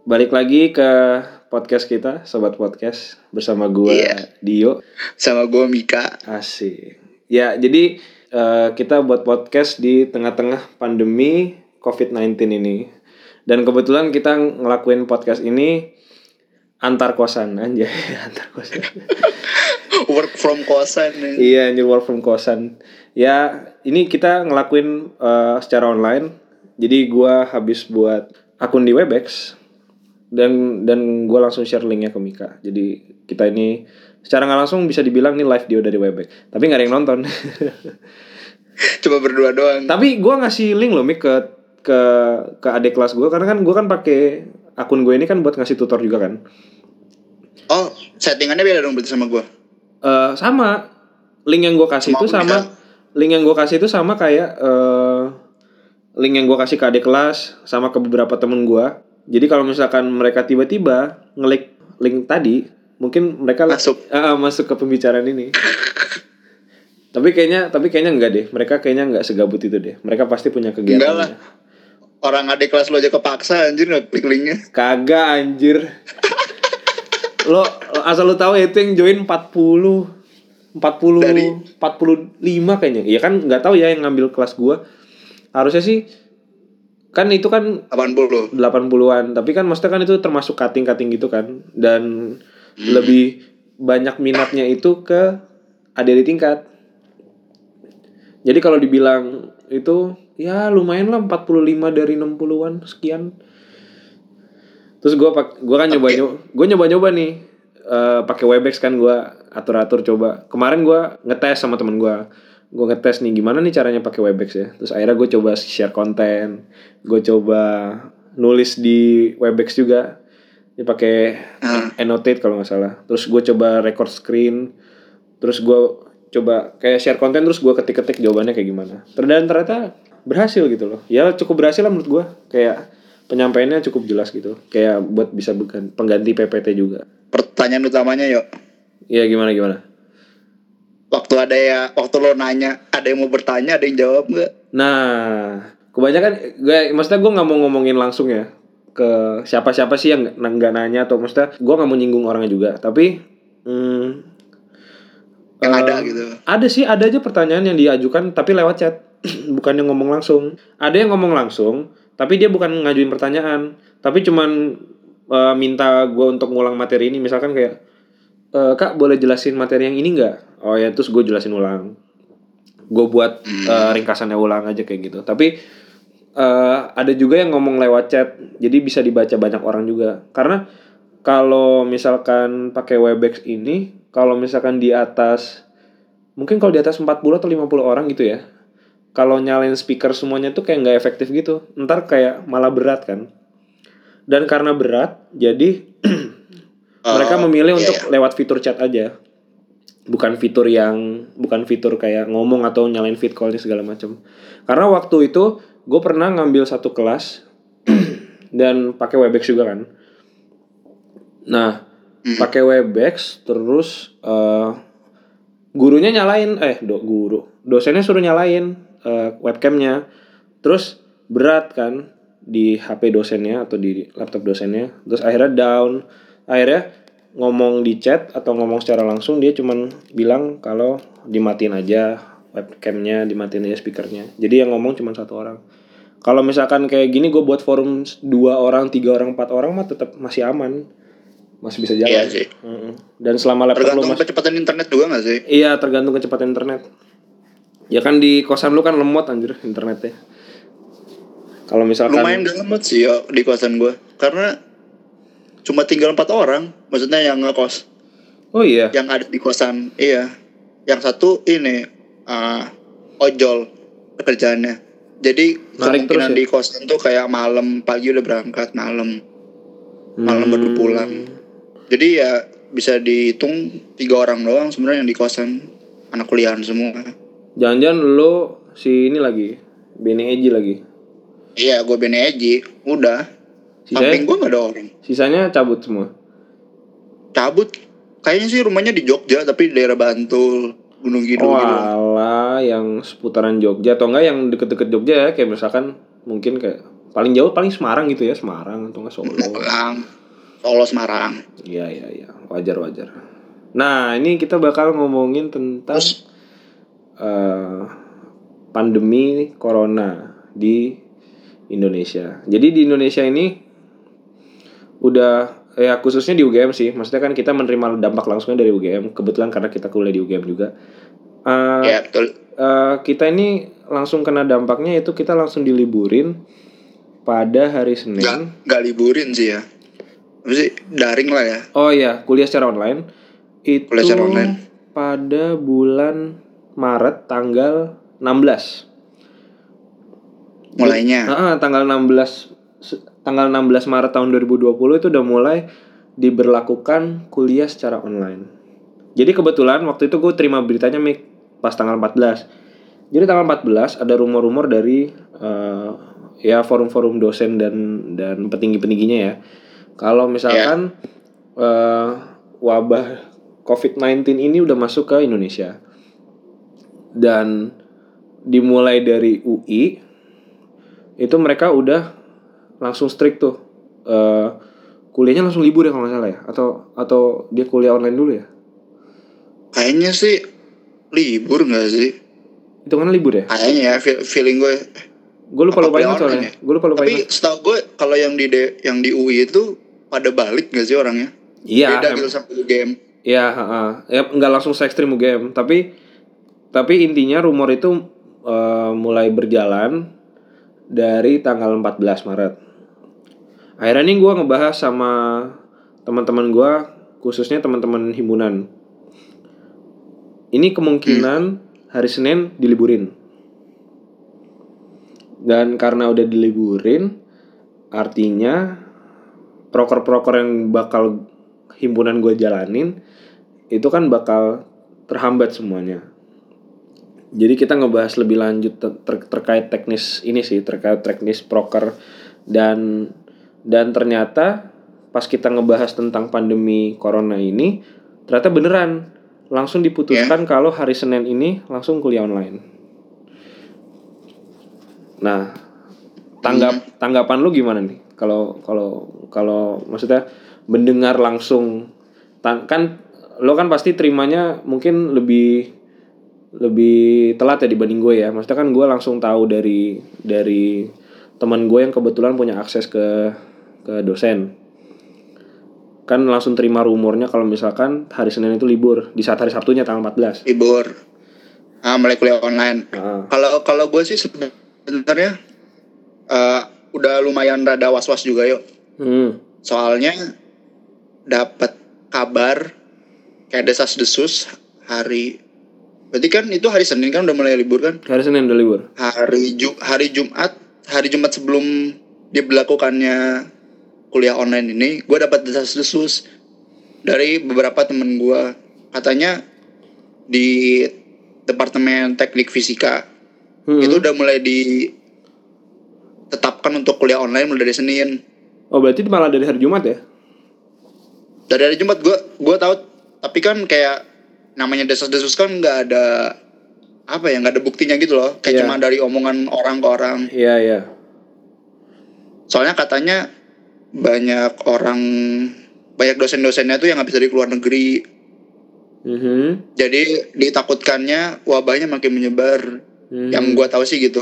Balik lagi ke podcast kita, Sobat Podcast. Bersama gue, Dio. Sama gue, Mika. Asik. Ya, jadi kita buat podcast di tengah-tengah pandemi COVID-19 ini. Dan kebetulan kita ngelakuin podcast ini antar kosan. Anjay, antar kosan. Work from kosan. Iya, anjir, work from kosan. Ya, ini kita ngelakuin secara online. Jadi gue habis buat akun di Webex. Dan gue langsung share linknya ke Mika. Jadi kita ini secara nggak langsung bisa dibilang nih live dia dari Webex. Tapi nggak ada yang nonton. Coba berdua doang. Tapi gue ngasih link loh Mik ke adik kelas gue, karena kan gue kan pakai akun gue ini kan buat ngasih tutor juga kan. Oh, settingannya beda dong berarti sama gue. Sama. Link yang gue kasih itu sama. Link yang gue kasih itu sama kayak link yang gue kasih ke adik kelas sama ke beberapa temen gue. Jadi kalau misalkan mereka tiba-tiba ngelik link tadi, mungkin mereka masuk ke pembicaraan ini. Tapi kayaknya enggak deh. Mereka kayaknya enggak segabut itu deh. Mereka pasti punya kegiatan. Enggak lah. Orang adik kelas lo aja kepaksa anjir ngeklik linknya. Kagak anjir. Lo asal lo tahu itu yang join 40 dari 45 kayaknya. Iya kan enggak tahu ya yang ngambil kelas gua. Harusnya sih kan itu kan 80-an, tapi kan maksudnya kan itu termasuk cutting gitu kan, dan lebih banyak minatnya itu ke adik di tingkat. Jadi kalau dibilang itu ya lumayan lah 45 dari 60-an sekian. Terus gue kan nyoba nih pakai Webex kan, gue atur coba. Kemarin gue ngetes sama temen gue ngetes nih gimana nih caranya pakai Webex ya. Terus akhirnya gue coba share konten, gue coba nulis di Webex juga. Dia pakai annotate kalau nggak salah. Terus gue coba record screen. Terus gue coba kayak share konten, terus gue ketik jawabannya kayak gimana. Dan ternyata berhasil gitu loh. Ya cukup berhasil lah menurut gue. Kayak penyampaiannya cukup jelas gitu. Kayak buat bisa pengganti PPT juga. Pertanyaan utamanya yuk. Iya gimana? Waktu lo nanya, ada yang mau bertanya, ada yang jawab nggak? Nah, kebanyakan maksudnya gue nggak mau ngomongin langsung ya ke siapa sih yang nggak nanya, atau maksudnya gue nggak mau nyinggung orangnya juga. Tapi yang ada gitu. Ada aja pertanyaan yang diajukan tapi lewat chat, bukan yang ngomong langsung. Ada yang ngomong langsung, tapi dia bukan ngajuin pertanyaan, tapi cuman minta gue untuk ngulang materi ini. Misalkan kayak, Kak boleh jelasin materi yang ini nggak? Oh ya, terus gue jelasin ulang. Gue buat ringkasannya ulang aja kayak gitu. Tapi ada juga yang ngomong lewat chat, jadi bisa dibaca banyak orang juga. Karena kalau misalkan pakai Webex ini, kalau misalkan di atas, mungkin kalau di atas 40 atau 50 orang gitu ya, kalau nyalain speaker semuanya tuh kayak nggak efektif gitu. Ntar kayak malah berat kan. Dan karena berat, jadi mereka memilih untuk lewat fitur chat aja. Bukan fitur kayak ngomong atau nyalain vid call-nya segala macam. Karena waktu itu gue pernah ngambil satu kelas dan pakai Webex juga kan. Nah, pakai Webex terus gurunya nyalain dosennya suruh nyalain webcamnya. Terus berat kan di HP dosennya atau di laptop dosennya. Terus akhirnya down. Akhirnya ngomong di chat atau ngomong secara langsung, dia cuman bilang kalau dimatiin aja webcamnya, dimatiin aja speakernya. Jadi yang ngomong cuma satu orang. Kalau misalkan kayak gini gue buat forum 2 orang, 3 orang, 4 orang mah tetap masih aman, masih bisa jalan. Iya sih. Dan selama laptop tergantung kecepatan internet juga nggak sih? Iya, tergantung kecepatan internet. Ya kan di kosan lu kan lemot anjir internetnya. Kalau misalkan lumayan gak lemot sih ya di kosan gue, karena cuma tinggal 4 orang, maksudnya yang ngekos. Oh iya. Yang ada di kosan, iya. Yang satu ini ojol pekerjaannya. Jadi kemungkinan di kosan tuh kayak malam, pagi udah berangkat, malam baru pulang. Jadi ya bisa dihitung 3 orang doang sebenarnya yang di kosan, anak kuliahan semua. Jangan-jangan lo si ini lagi, Bene Eji lagi. Iya, gue Bene Eji, udah. Samping gue gak ada orang. Sisanya cabut semua? Cabut. Kayaknya sih rumahnya di Jogja, tapi di daerah Bantul, Gunung Kidul. Walah, yang seputaran Jogja. Atau enggak yang deket-deket Jogja ya. Kayak misalkan mungkin kayak Paling jauh paling Semarang gitu ya, Semarang atau nggak Solo. Solo Semarang. Iya, wajar. Nah, ini kita bakal ngomongin tentang pandemi corona di Indonesia. Jadi di Indonesia ini udah khususnya di UGM sih. Maksudnya kan kita menerima dampak langsungnya dari UGM. Kebetulan karena kita kuliah di UGM juga. Ya betul. Kita ini langsung kena dampaknya itu kita langsung diliburin pada hari Senin. Nggak liburin sih ya. Apa sih, daring lah ya. Oh iya, kuliah secara online. Itu kuliah secara online pada bulan Maret tanggal 16. Mulainya. Tanggal 16 Maret tahun 2020 itu udah mulai diberlakukan kuliah secara online. Jadi kebetulan waktu itu gue terima beritanya pas tanggal 14. Jadi tanggal 14 ada rumor-rumor dari forum-forum dosen dan petinggi-petingginya ya. Kalau misalkan wabah COVID-19 ini udah masuk ke Indonesia. Dan dimulai dari UI itu mereka udah langsung strict tuh. Kuliahnya langsung libur ya kalau nggak salah ya, atau dia kuliah online dulu ya? Kayaknya sih libur nggak sih? Itu kan libur ya? Kayaknya ya, feeling gue. Gue lupa ingat soalnya. Gue lupa Tapi setahu gue kalau yang di UI itu pada balik nggak sih orangnya? Iya. Beda gitu sama UGM. Iya, ya nggak langsung se-ekstrim UGM, tapi intinya rumor itu mulai berjalan dari tanggal 14 Maret. Akhirnya nih gue ngebahas sama teman-teman gue, khususnya teman-teman himpunan. Ini kemungkinan hari Senin diliburin. Dan karena udah diliburin, artinya proker-proker yang bakal himpunan gue jalanin itu kan bakal terhambat semuanya. Jadi kita ngebahas lebih lanjut terkait teknis ini sih, terkait teknis proker dan ternyata pas kita ngebahas tentang pandemi corona ini ternyata beneran langsung diputuskan kalau hari Senin ini langsung kuliah online. Nah, tanggapan lu gimana nih? Kalau maksudnya mendengar langsung kan lo kan pasti terimanya mungkin lebih telat ya dibanding gue ya. Maksudnya kan gue langsung tahu dari teman gue yang kebetulan punya akses ke dosen. Kan langsung terima rumornya kalau misalkan hari Senin itu libur di saat hari Sabtunya tanggal 14. Libur. Mulai kuliah online. Kalau gue sih sebenarnya udah lumayan rada was-was juga yuk. Soalnya dapat kabar kayak desas-desus berarti kan itu hari Senin kan udah mulai libur kan? Hari Senin udah libur. Hari Jumat sebelum diberlakukannya kuliah online ini, gue dapat desas-desus dari beberapa temen gue. Katanya di Departemen Teknik Fisika itu udah mulai ditetapkan untuk kuliah online mulai dari Senin. Oh, berarti malah dari hari Jumat ya? Dari hari Jumat gue tahu, tapi kan kayak namanya desas-desus kan nggak ada buktinya gitu loh, kayak cuma dari omongan orang ke orang. Iya. Soalnya katanya banyak dosen-dosennya tuh yang nggak bisa di luar negeri. Jadi ditakutkannya wabahnya makin menyebar. Yang gue tahu sih gitu.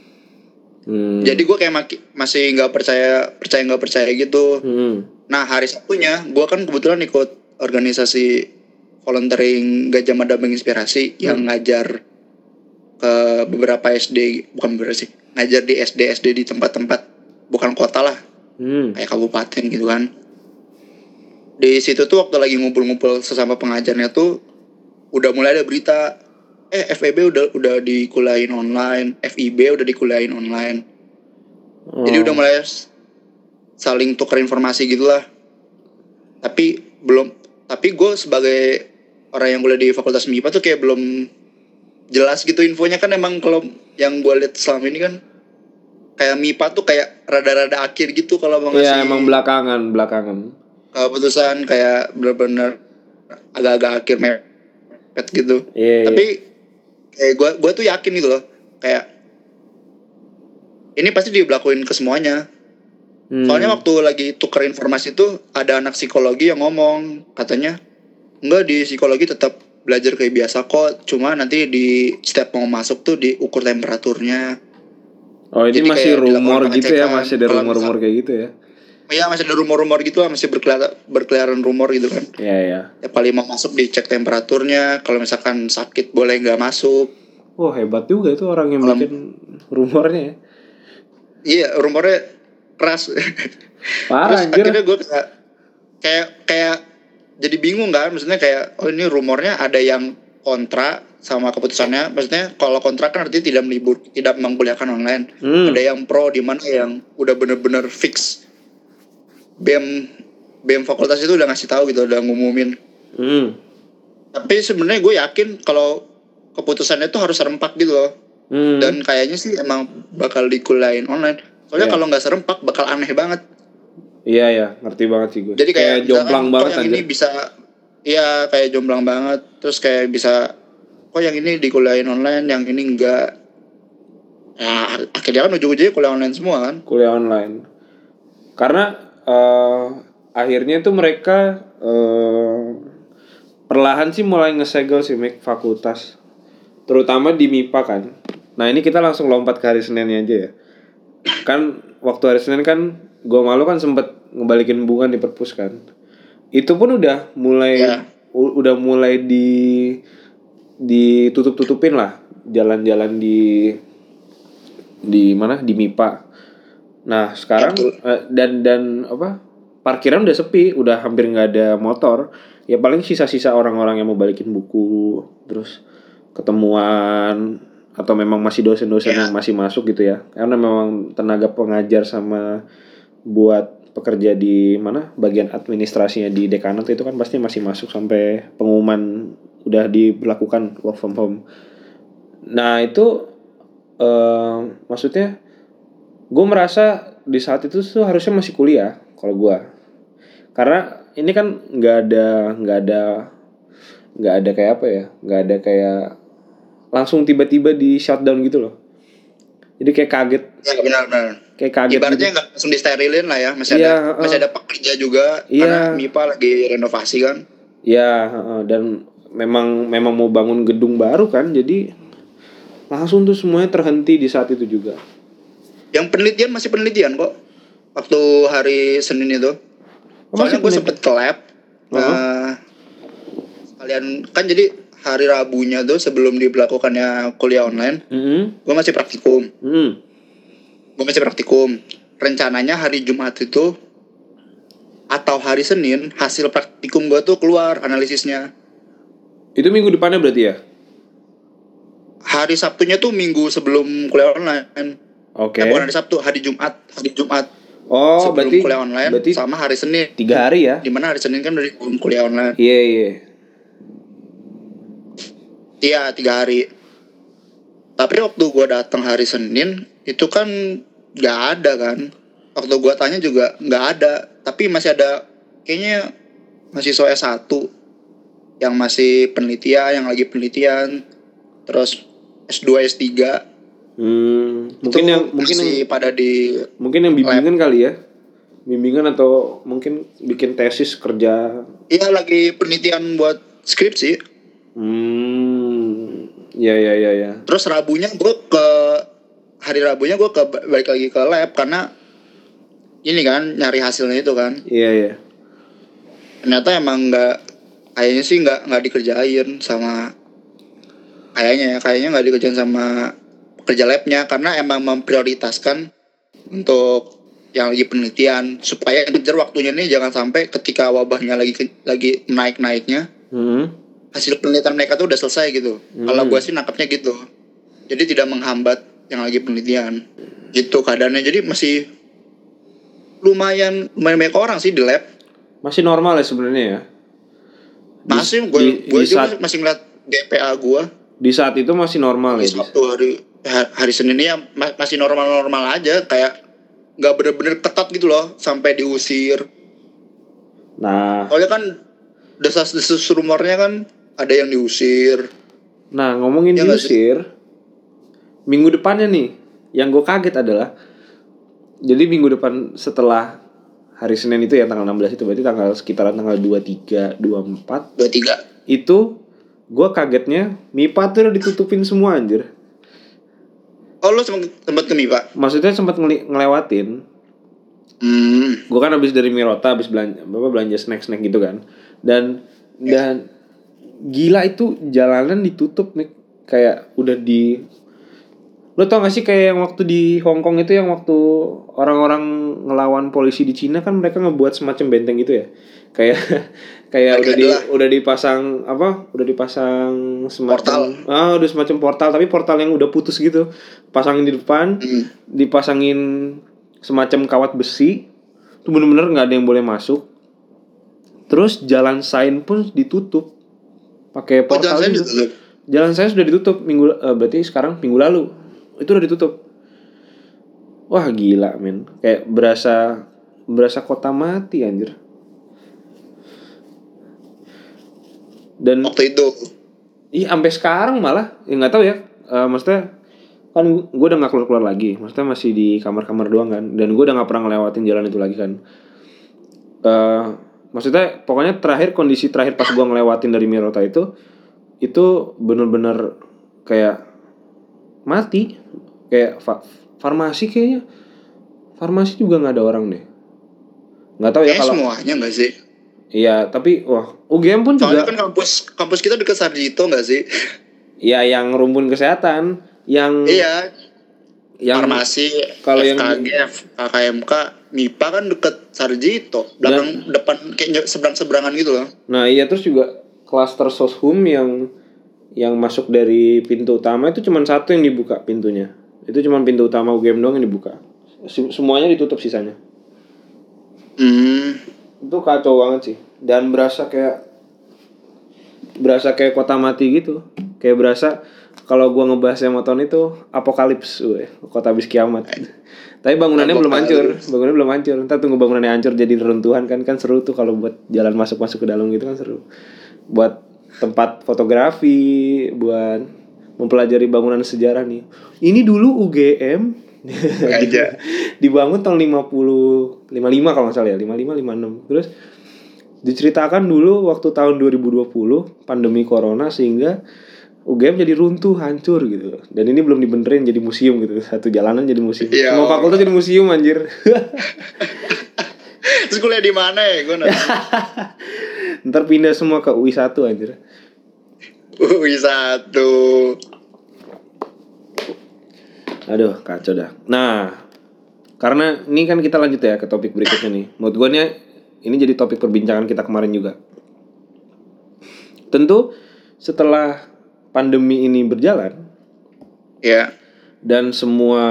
Jadi gue kayak masih nggak percaya gitu. Nah hari Sabtunya gue kan kebetulan ikut organisasi volunteering Gajah Mada Menginspirasi yang ngajar ke beberapa SD, ngajar di SD di tempat-tempat bukan kota lah, kayak kabupaten gitu kan. Di situ tuh waktu lagi ngumpul-ngumpul sesama pengajarnya tuh udah mulai ada berita FEB udah dikuliahin online, FIB udah dikuliahin online. Jadi udah mulai saling tukar informasi gitulah. Tapi gue sebagai orang yang kuliah di Fakultas MIPA tuh kayak belum jelas gitu infonya kan. Emang kalau yang gue lihat selama ini kan kayak MIPA tuh kayak rada-rada akhir gitu kalau mau ngasih. Iya, emang belakangan. Keputusan kayak benar-benar agak-agak akhir mepet gitu. Iya. Tapi kayak gue tuh yakin gitu loh, kayak ini pasti diberlakuin ke semuanya. Soalnya waktu lagi tuker informasi itu ada anak psikologi yang ngomong, katanya enggak, di psikologi tetap belajar kayak biasa kok, cuma nanti di step mau masuk tuh diukur temperaturnya. Oh, ini jadi masih rumor gitu ya, masih ada rumor-rumor kayak gitu ya. Iya, masih ada rumor-rumor gitu lah, masih berkeliaran rumor gitu kan. Iya, iya. Ya paling mau masuk dicek temperaturnya, kalau misalkan sakit boleh nggak masuk. Oh, hebat juga itu orang yang bikin rumornya ya. Iya, rumornya keras. Parah. Terus akhirnya gue kayak jadi bingung kan, maksudnya kayak oh ini rumornya ada yang kontra sama keputusannya, maksudnya kalau kontra kan artinya tidak mengkuliahkan online. Ada yang pro di mana yang udah bener-bener fix. BEM fakultas itu udah ngasih tahu gitu, udah ngumumin. Tapi sebenarnya gue yakin kalau keputusannya itu harus serempak gitu loh. Dan kayaknya sih emang bakal dikuliahin online. Soalnya kalau nggak serempak bakal aneh banget. Iya ya, ngerti banget sih gue. Jadi kayak jomplang banget yang ini bisa, iya kayak jomplang banget. Terus kayak bisa, kok yang ini dikuliahin online, yang ini enggak. Ya akhirnya kan ujung-ujungnya kuliah online semua kan. Kuliah online. Karena akhirnya tuh mereka perlahan sih mulai ngesegel sih fakultas. Terutama di MIPA kan. Nah ini kita langsung lompat ke hari Seninnya aja ya. Kan waktu hari Senin kan gue malu kan sempet ngebalikin bunga di perpus kan. Itu pun udah mulai ditutup-tutupin lah jalan-jalan di mana di MIPA. Nah sekarang dan apa, parkiran udah sepi, udah hampir nggak ada motor. Ya paling sisa-sisa orang-orang yang mau balikin buku, terus ketemuan, atau memang masih dosen-dosen yang masih masuk gitu ya. Karena memang tenaga pengajar sama buat pekerja di mana bagian administrasinya di dekanat itu kan pasti masih masuk sampai pengumuman udah diberlakukan work from home. Nah itu maksudnya gue merasa di saat itu tuh harusnya masih kuliah kalau gue, karena ini kan nggak ada kayak apa ya, nggak ada kayak langsung tiba-tiba di shutdown gitu loh. Jadi kayak kaget. Ya benar. Kayak kaget. Ibaratnya nggak langsung disterilin lah ya, masih ada pekerja juga karena MIPA lagi renovasi kan. Iya, dan memang mau bangun gedung baru kan, jadi langsung tuh semuanya terhenti di saat itu juga. Yang penelitian masih penelitian kok. Waktu hari Senin itu. Soalnya gue sempet ke lab. Sekalian kan jadi hari Rabunya tuh sebelum diberlakukannya kuliah online, gue masih praktikum. Rencananya hari Jumat itu atau hari Senin hasil praktikum gue tuh keluar analisisnya. Itu minggu depannya berarti ya? Hari Sabtunya tuh minggu sebelum kuliah online. Oke. Bukan hari Sabtu, hari Jumat. Oh, sebelum berarti kuliah online sama hari Senin. 3 hari ya? Dimana hari Senin kan dari kuliah online. Iya. Iya 3 hari. Tapi waktu gue datang hari Senin itu kan nggak ada kan. Waktu gue tanya juga nggak ada. Tapi masih ada kayaknya mahasiswa S1 yang masih penelitian, yang lagi penelitian. Terus S2, S3. Mungkin yang pada di mungkin yang bimbingan lab kali ya. Bimbingan atau mungkin bikin tesis kerja. Iya lagi penelitian buat skripsi. Ya. Terus hari Rabunya gue balik lagi ke lab karena ini kan nyari hasilnya itu kan. Iya. Ternyata emang kayaknya sih nggak dikerjain sama kayaknya nggak dikerjain sama pekerja labnya karena emang memprioritaskan untuk yang lagi penelitian supaya ngejar waktunya nih jangan sampai ketika wabahnya lagi naik-naiknya. Hasil penelitian mereka tuh udah selesai gitu. Kalau gue sih nangkapnya gitu. Jadi tidak menghambat yang lagi penelitian. Gitu keadaannya. Jadi masih lumayan banyak orang sih di lab. Masih normal ya sebenarnya ya. Masih gue juga masih ngeliat DPA gue. Di saat itu masih normal ya. Sabtu hari Senin ya masih normal aja, kayak nggak bener-bener ketat gitu loh sampai diusir. Nah. Soalnya kan desas-desus rumornya kan ada yang diusir. Nah ngomongin ya diusir, minggu depannya nih yang gue kaget adalah, jadi minggu depan setelah hari Senin itu ya, tanggal 16 itu, berarti tanggal sekitaran tanggal 23, 24. 23. Itu gue kagetnya MIPA tuh udah ditutupin semua anjir. Oh, lu sempat ke MIPA? Maksudnya sempat ngelewatin. Gue kan habis dari Mirota, habis belanja snack gitu kan. Dan gila itu jalanan ditutup nih, kayak udah di. Lo tau gak sih kayak yang waktu di Hong Kong itu, yang waktu orang-orang ngelawan polisi di Cina kan, mereka ngebuat semacam benteng gitu ya. Kayak udah dipasang semacam portal. Udah semacam portal, tapi portal yang udah putus gitu. Pasangin di depan, dipasangin semacam kawat besi. Itu bener-bener enggak ada yang boleh masuk. Terus jalan sign pun ditutup pakai portal gitu. Jalan sign sudah ditutup berarti sekarang minggu lalu. Itu udah ditutup. Wah gila men. Kayak berasa kota mati anjir. Dan waktu itu sampai sekarang malah nggak tahu ya. Maksudnya kan gue udah nggak keluar lagi. Maksudnya masih di kamar-kamar doang kan. Dan gue udah nggak pernah ngelewatin jalan itu lagi kan. Maksudnya pokoknya kondisi terakhir pas gue ngelewatin dari Mirota itu bener-bener kayak mati. Kayak farmasi kayaknya. Farmasi juga nggak ada orang deh. Nggak tahu ya kalau semuanya nggak sih. Iya, tapi UGM pun soalnya juga. Soalnya kan kampus kita dekat Sarjito nggak sih? Iya, yang rumpun kesehatan, yang farmasi, kalau FKG, KKMK, MIPA kan dekat Sarjito, depan kayak seberang-seberangan gitu loh. Nah iya, terus juga klaster Soshum yang masuk dari pintu utama itu cuma satu yang dibuka pintunya. Itu cuma pintu utama UGM doang yang dibuka. Semuanya ditutup sisanya. Itu kacau banget sih. Dan berasa kayak kota mati gitu. Kayak berasa kalau gua ngebahas Yamaton itu apokalips, kota habis kiamat. Tapi bangunannya belum hancur. Entar tunggu bangunannya hancur jadi reruntuhan kan seru tuh kalau buat jalan masuk ke dalam gitu kan seru. Buat tempat fotografi, buat mempelajari bangunan sejarah nih. Ini dulu UGM dibangun tahun 55 kalau nggak salah ya, 56. Terus diceritakan dulu waktu tahun 2020 pandemi corona sehingga UGM jadi runtuh, hancur gitu. Dan ini belum dibenerin jadi museum gitu. Satu jalanan jadi museum. Semua fakultas jadi museum anjir. Terus kuliah di mana ya? Gue ntar pindah semua ke UI 1 anjir. UI 1. Aduh, kacau dah. Nah, karena ini kan kita lanjut ya ke topik berikutnya nih. Menurut gue nih ini jadi topik perbincangan kita kemarin juga. Tentu setelah pandemi ini berjalan, ya, dan semua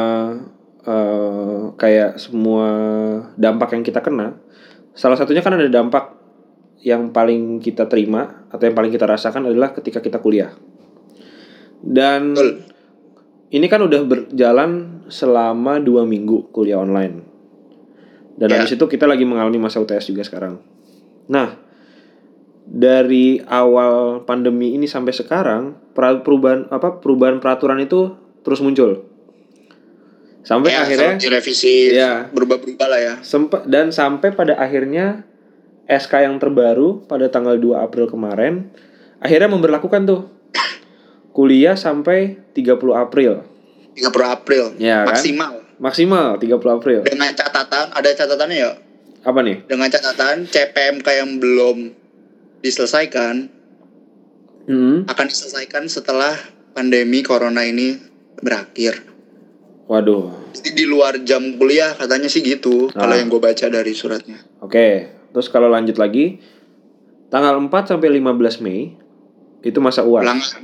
kayak semua dampak yang kita kena, salah satunya kan ada dampak yang paling kita terima atau yang paling kita rasakan adalah ketika kita kuliah. Dan ini kan udah berjalan selama 2 minggu kuliah online. Dan habis itu kita lagi mengalami masa UTS juga sekarang. Nah, dari awal pandemi ini sampai sekarang perubahan peraturan itu terus muncul. Sampai akhirnya direvisi, berubah-ubah lah ya. Sampai pada akhirnya SK yang terbaru pada tanggal 2 April kemarin akhirnya memberlakukan tuh kuliah sampai 30 April. 30 April. Ya, Maksimal 30 April. Dengan catatan, ada catatannya ya? Apa nih? Dengan catatan CPMK yang belum diselesaikan akan diselesaikan setelah pandemi corona ini berakhir. Waduh. Jadi di luar jam kuliah katanya sih gitu. Kalau yang gue baca dari suratnya. Oke. Terus kalau lanjut lagi, tanggal 4 sampai 15 Mei itu masa UAS.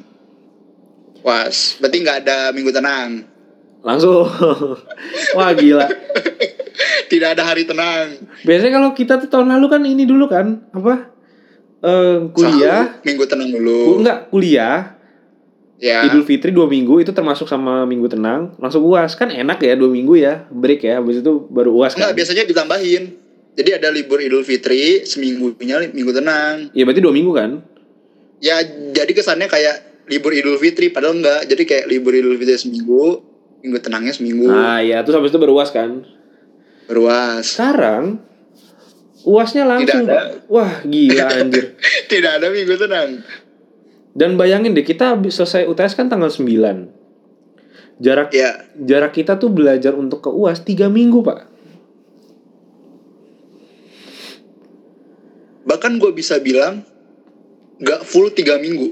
UAS. Berarti nggak ada minggu tenang. Langsung. Wah gila. Tidak ada hari tenang. Biasanya kalau kita tuh tahun lalu kan ini dulu kan kuliah. Minggu tenang dulu. Enggak, kuliah. Ya. Idul Fitri 2 minggu itu termasuk sama minggu tenang. Langsung UAS. Kan enak ya 2 minggu ya. Break ya. Habis itu baru UAS kan. Enggak, biasanya ditambahin. Jadi ada libur Idul Fitri, seminggunya minggu tenang. Iya berarti 2 minggu kan? Ya jadi kesannya kayak libur Idul Fitri, padahal enggak. Jadi kayak libur Idul Fitri seminggu, minggu tenangnya seminggu. Iya, terus habis itu beruas kan. Sekarang UASnya langsung, Pak. Wah, gila anjir. Tidak ada minggu tenang. Dan bayangin deh, kita habis selesai UTS kan tanggal 9. Jarak kita tuh belajar untuk ke UAS 3 minggu, Pak. Bahkan gue bisa bilang gak full 3 minggu.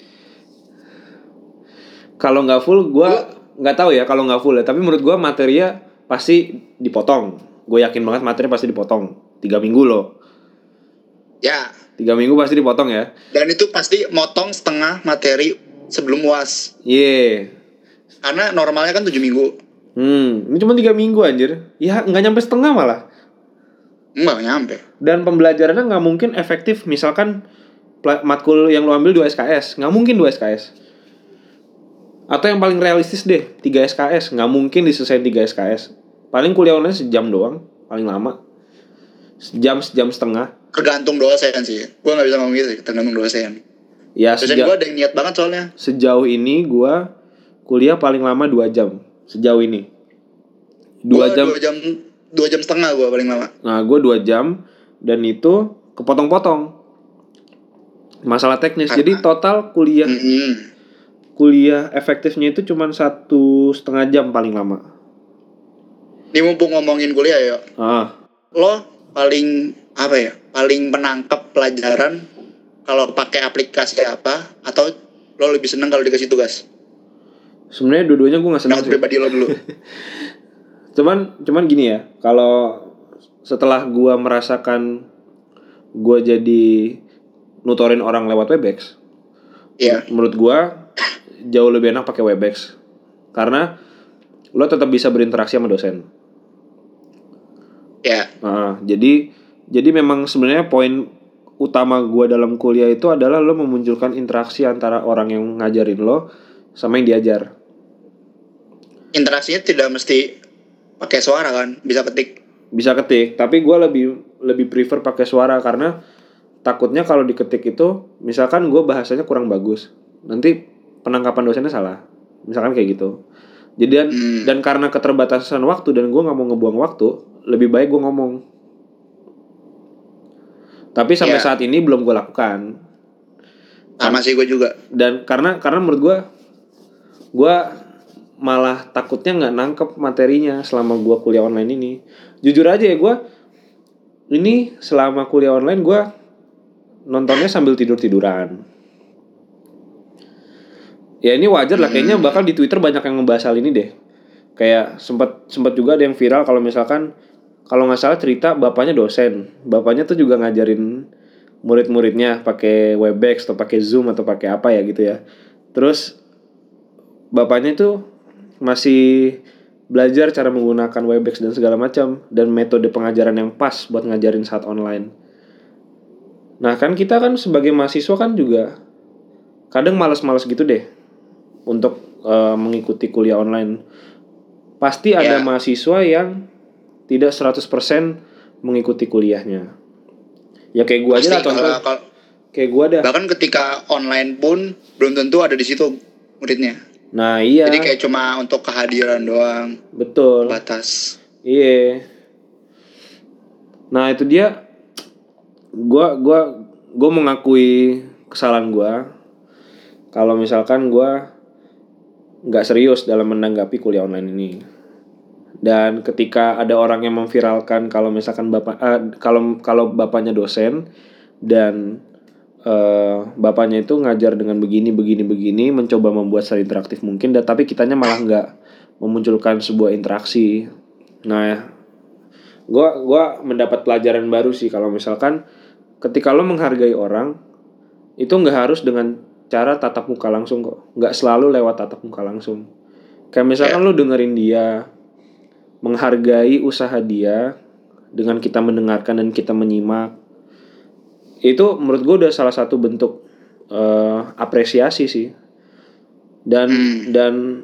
Kalau gak full, gue gak tahu ya kalau gak full ya. Tapi menurut gue materinya pasti dipotong. Gue yakin banget materi pasti dipotong. 3 minggu loh. Ya. 3 minggu pasti dipotong ya. Dan itu pasti motong setengah materi sebelum UAS. Karena normalnya kan 7 minggu. Ini cuma 3 minggu anjir. Ya gak nyampe setengah malah. Nggak nyampe. Dan pembelajarannya gak mungkin efektif. Misalkan matkul yang lo ambil 2 SKS. Gak mungkin 2 SKS. Atau yang paling realistis deh 3 SKS. Gak mungkin diselesain 3 SKS. Paling kuliah online sejam doang. Paling lama sejam setengah. Tergantung dosen sih. Gue gak bisa ngomong gitu. Tergantung dosen. Ya, dosen gue ada yang niat banget soalnya. Sejauh ini gue kuliah paling lama 2 jam. Sejauh ini 2 jam. 2 jam setengah gue paling lama. Nah gue 2 jam. Dan itu kepotong-potong masalah teknis. Jadi total kuliah kuliah efektifnya itu cuma 1,5 jam paling lama. Ini mumpung ngomongin kuliah ya. Lo paling apa ya? Paling menangkap pelajaran kalau pakai aplikasi apa? Atau lo lebih seneng kalau dikasih tugas? Sebenarnya dua-duanya gue nggak seneng. Yang pribadi lo dulu. cuman gini ya. Kalau setelah gue merasakan gue jadi nutorin orang lewat Webex, menurut gue jauh lebih enak pakai Webex karena lo tetap bisa berinteraksi sama dosen. Jadi memang sebenarnya poin utama gue dalam kuliah itu adalah lo memunculkan interaksi antara orang yang ngajarin lo sama yang diajar. Interaksinya tidak mesti pakai suara kan, bisa ketik. Tapi gue lebih prefer pakai suara karena takutnya kalau diketik itu misalkan gue bahasanya kurang bagus, nanti penangkapan dosennya salah, misalkan kayak gitu. Jadi dan karena keterbatasan waktu dan gue nggak mau ngebuang waktu, lebih baik gue ngomong. Tapi sampai saat ini belum gue lakukan. Sama sih gue juga. Dan karena menurut gue malah takutnya nggak nangkep materinya selama gue kuliah online ini. Jujur aja ya, gue ini selama kuliah online gue nontonnya sambil tiduran. Ya ini wajar lah, kayaknya bakal di Twitter banyak yang ngebahas hal ini deh. Kayak sempat juga ada yang viral kalau misalkan, kalau nggak salah cerita bapaknya dosen, bapaknya tuh juga ngajarin murid-muridnya pakai Webex atau pakai Zoom atau pakai apa ya gitu ya. Terus bapaknya itu masih belajar cara menggunakan Webex dan segala macam dan metode pengajaran yang pas buat ngajarin saat online. Nah kan kita kan sebagai mahasiswa kan juga kadang malas-malas gitu deh untuk mengikuti kuliah online. Pasti ada mahasiswa yang tidak 100% mengikuti kuliahnya. Ya kayak gue aja lah contoh. Kayak gue dah. Bahkan ketika online pun belum tentu ada di situ muridnya. Nah iya. Jadi kayak cuma untuk kehadiran doang. Betul. Batas. Iya. Nah itu dia. Gue mengakui kesalahan gue. Kalau misalkan gue nggak serius dalam menanggapi kuliah online ini. Dan ketika ada orang yang memviralkan kalau misalkan kalau bapaknya dosen dan bapaknya itu ngajar dengan begini, mencoba membuat seinteraktif mungkin, tapi kitanya malah nggak memunculkan sebuah interaksi. Nah, gue mendapat pelajaran baru sih kalau misalkan ketika lo menghargai orang itu nggak harus dengan cara tatap muka langsung kok, nggak selalu lewat tatap muka langsung. Kayak misalkan lo dengerin dia, menghargai usaha dia dengan kita mendengarkan dan kita menyimak, itu menurut gue udah salah satu bentuk apresiasi sih. Dan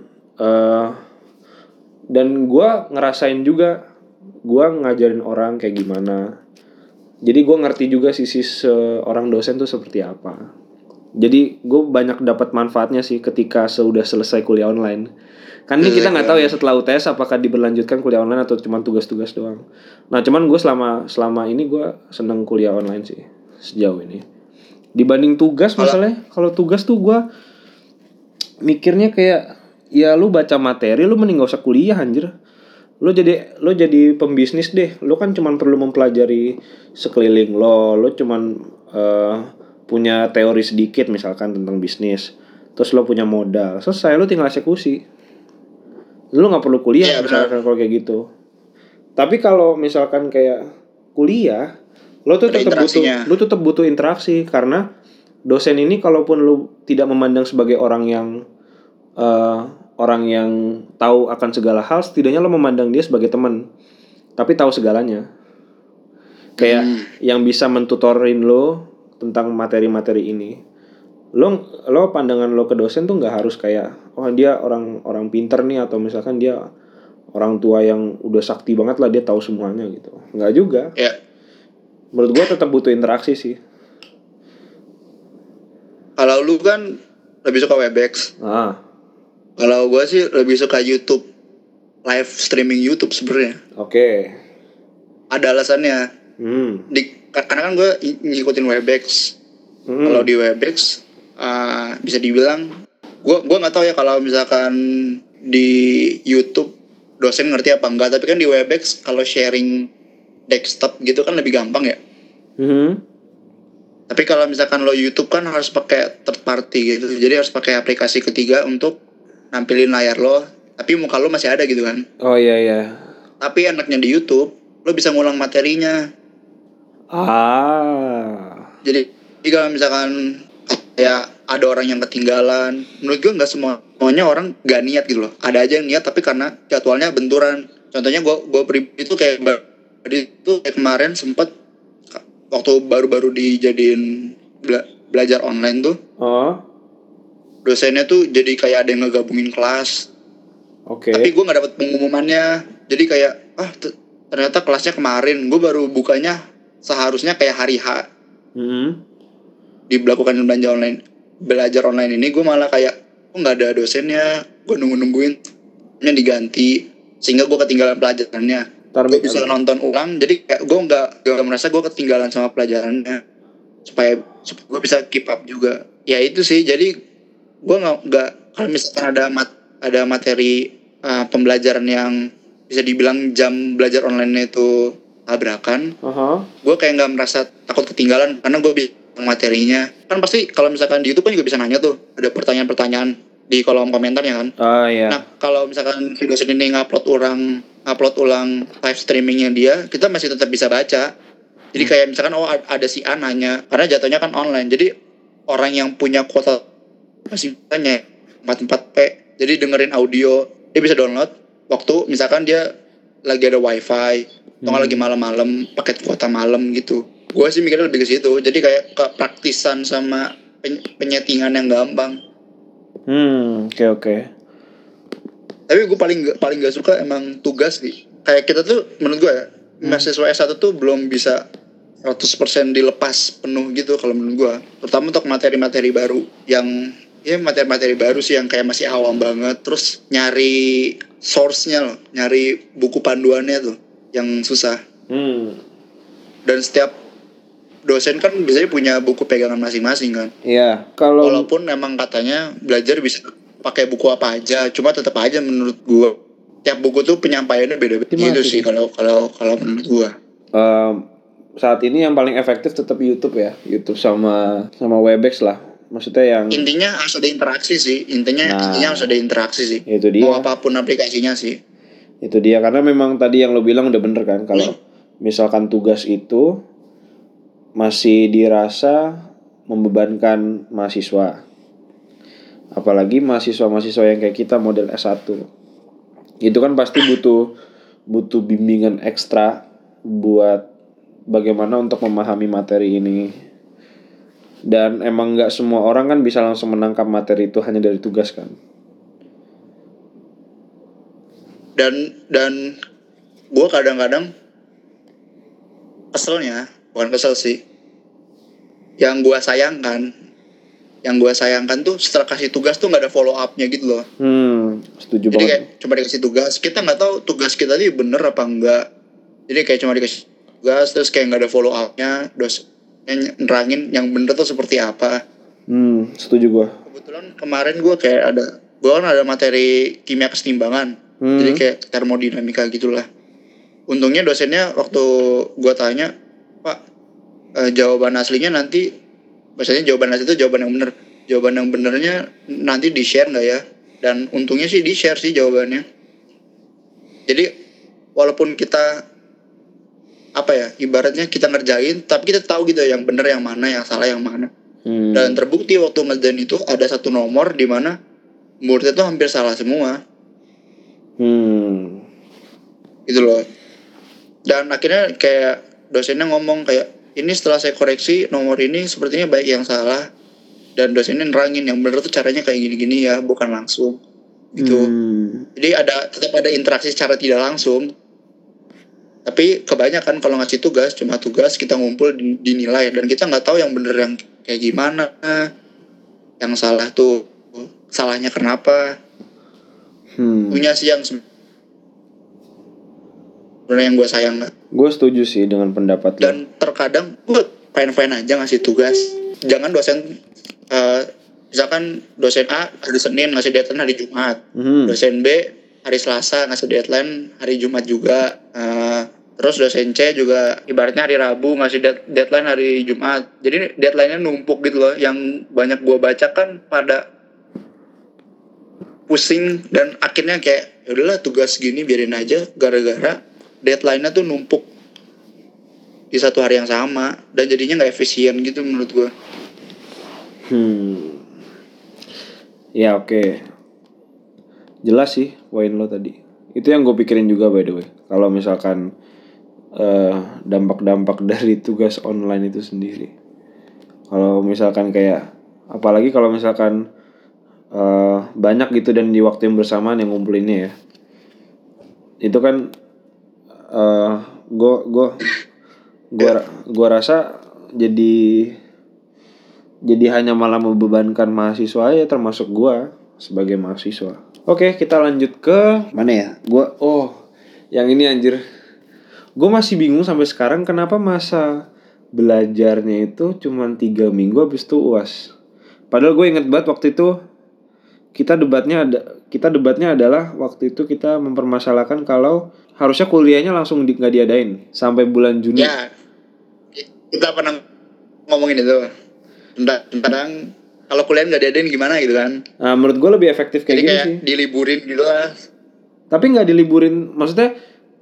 gue ngerasain juga gue ngajarin orang kayak gimana. Jadi gue ngerti juga sisi seorang dosen tuh seperti apa. Jadi gue banyak dapat manfaatnya sih ketika sudah selesai kuliah online. Kan ini kita nggak tahu ya setelah UTS apakah diberlanjutkan kuliah online atau cuma tugas-tugas doang. Nah cuman gue selama ini gue seneng kuliah online sih sejauh ini. Dibanding tugas masalahnya, kalau tugas tuh gue mikirnya kayak ya lu baca materi lu mending gak usah kuliah anjir. Lu jadi pembisnis deh. Lu kan cuman perlu mempelajari sekeliling lo cuman punya teori sedikit misalkan tentang bisnis. Terus lo punya modal. Selesai lu tinggal eksekusi. Lu nggak perlu kuliah misalkan kalau kayak gitu. Tapi kalau misalkan kayak kuliah, lu tetap butuh interaksi karena dosen ini kalaupun lu tidak memandang sebagai orang yang tahu akan segala hal, setidaknya lo memandang dia sebagai teman, tapi tahu segalanya. Kayak yang bisa mentutorin lo tentang materi-materi ini. Lo pandangan lo ke dosen tuh nggak harus kayak dia orang pinter nih atau misalkan dia orang tua yang udah sakti banget lah dia tahu semuanya gitu. Nggak juga. Ya. Menurut gua tetap butuh interaksi sih. Kalau lu kan lebih suka Webex. Kalau gua sih lebih suka YouTube, live streaming YouTube sebenarnya. Oke. Ada alasannya. Karena kan gue ngikutin Webex. Kalau di Webex bisa dibilang gue nggak tahu ya kalau misalkan di YouTube dosen ngerti apa enggak, tapi kan di Webex kalau sharing desktop gitu kan lebih gampang ya. Tapi kalau misalkan lo YouTube kan harus pakai third party gitu, jadi harus pakai aplikasi ketiga untuk nampilin layar lo, tapi muka lo masih ada gitu kan. Oh iya. Tapi enaknya di YouTube lo bisa ngulang materinya. Jadi kalau misalkan ya ada orang yang ketinggalan, menurut gue nggak semuanya orang nggak niat gitu loh. Ada aja yang niat tapi karena jadwalnya benturan. Contohnya gue pribadi itu kayak kemarin sempat waktu baru-baru dijadiin belajar online tuh. Dosennya tuh jadi kayak ada yang ngegabungin kelas. Tapi gue nggak dapet pengumumannya. Jadi kayak ternyata kelasnya kemarin. Gue baru bukanya seharusnya kayak hari H. Diberlakukan belajar online ini, gue malah kayak nggak ada dosennya. Gue nungguin diganti sehingga gue ketinggalan pelajarannya. Gue bisa nonton ulang, jadi kayak gue nggak merasa gue ketinggalan sama pelajarannya. Supaya gue bisa keep up juga. Ya itu sih, jadi gue nggak kalau misalkan ada materi pembelajaran yang bisa dibilang jam belajar online itu tabrakan, gue kayak nggak merasa takut ketinggalan karena gue bisa materinya. Kan pasti kalau misalkan di YouTube kan juga bisa nanya tuh, ada pertanyaan-pertanyaan di kolom komentarnya kan. Nah kalau misalkan si dosen ini ngupload ulang live streamingnya dia, kita masih tetap bisa baca. Jadi kayak misalkan ada si A nanya, karena jatuhnya kan online, jadi orang yang punya kuota masih tanya 44p, jadi dengerin audio, dia bisa download waktu misalkan dia lagi ada wifi atau lagi malam-malam paket kuota malam gitu. Gue sih mikirnya lebih ke situ, jadi kayak kepraktisan sama penyetingan yang gampang. Oke. Tapi gue paling gak suka emang tugas nih. Kayak kita tuh menurut gue ya, mahasiswa S1 tuh belum bisa 100% dilepas penuh gitu kalau menurut gue. Terutama untuk materi-materi baru yang materi-materi baru sih yang kayak masih awam banget. Terus nyari source-nya loh, nyari buku panduannya tuh yang susah. Dan setiap dosen kan biasanya punya buku pegangan masing-masing kan. Iya. Walaupun memang katanya belajar bisa pakai buku apa aja, cuma tetap aja menurut gua tiap buku tuh penyampaiannya beda-beda gitu sih kalau menurut gua. Saat ini yang paling efektif tetap YouTube ya, YouTube sama Webex lah. Maksudnya yang intinya harus ada interaksi sih. Intinya harus ada interaksi sih. Itu dia. Mau apapun aplikasinya sih. Itu dia, karena memang tadi yang lo bilang udah bener kan, kalau misalkan tugas itu masih dirasa membebankan mahasiswa. Apalagi mahasiswa-mahasiswa yang kayak kita model S1. Itu kan pasti butuh bimbingan ekstra buat bagaimana untuk memahami materi ini. Dan emang gak semua orang kan bisa langsung menangkap materi itu hanya dari tugas kan. Dan gue kadang-kadang keselnya, bukan kesel sih, yang gue sayangkan tuh setelah kasih tugas tuh nggak ada follow up-nya gitu loh. Setuju Jadi banget. kayak cuma dikasih tugas, kita nggak tahu tugas kita ini bener apa enggak. Jadi kayak cuma dikasih tugas terus kayak nggak ada follow up-nya, dosennya nerangin yang bener tuh seperti apa. Setuju gue. Kebetulan kemarin gue kan ada materi kimia keseimbangan. Jadi kayak termodinamika gitulah. Untungnya dosennya waktu gue tanya, Pak, jawaban aslinya nanti, biasanya jawaban asli itu jawaban yang bener. Jawaban yang benernya nanti di-share nggak ya? Dan untungnya sih di-share sih jawabannya. Jadi walaupun kita ibaratnya kita ngerjain, tapi kita tahu gitu yang bener yang mana, yang salah yang mana. Dan terbukti waktu ngerjain itu ada satu nomor di mana muridnya tuh hampir salah semua. Gitu loh. Dan akhirnya kayak dosennya ngomong kayak, ini setelah saya koreksi nomor ini sepertinya baik yang salah. Dan dosennya nerangin yang bener tuh caranya kayak gini-gini ya, bukan langsung gitu. Jadi tetap ada interaksi secara tidak langsung. Tapi kebanyakan kalau ngasih tugas cuma tugas, kita ngumpul dinilai dan kita nggak tahu yang bener yang kayak gimana, yang salah tuh salahnya kenapa. Punya sih yang sebenarnya yang gue sayang. Gue setuju sih dengan pendapat lo. Dan terkadang gue fine aja ngasih tugas. Jangan dosen misalkan dosen A hari Senin ngasih deadline hari Jumat, dosen B hari Selasa ngasih deadline hari Jumat juga, terus dosen C juga ibaratnya hari Rabu ngasih deadline hari Jumat. Jadi deadline-nya numpuk gitu loh. Yang banyak gue baca kan pada pusing dan akhirnya kayak ya udahlah tugas gini biarin aja, gara-gara deadline-nya tuh numpuk di satu hari yang sama dan jadinya nggak efisien gitu menurut gue. Ya oke. Jelas sih poin lo tadi. Itu yang gue pikirin juga by the way. Kalau misalkan dampak-dampak dari tugas online itu sendiri. Kalau misalkan kayak, apalagi kalau misalkan banyak gitu dan di waktu yang bersamaan yang ngumpulinnya ya. Itu kan gue rasa jadi hanya malah membebankan mahasiswa ya, termasuk gue sebagai mahasiswa. Oke, kita lanjut ke mana ya? Yang ini anjir. Gue masih bingung sampai sekarang kenapa masa belajarnya itu cuma 3 minggu habis itu UAS. Padahal gue inget banget waktu itu kita debatnya adalah waktu itu kita mempermasalahkan kalau harusnya kuliahnya langsung nggak diadain sampai bulan Juni. Ya, kita pernah ngomongin itu. Tentang kalau kuliah nggak diadain gimana gitu kan. Nah, menurut gue lebih efektif kayak gini sih. Diliburin gitu lah. Tapi nggak diliburin, maksudnya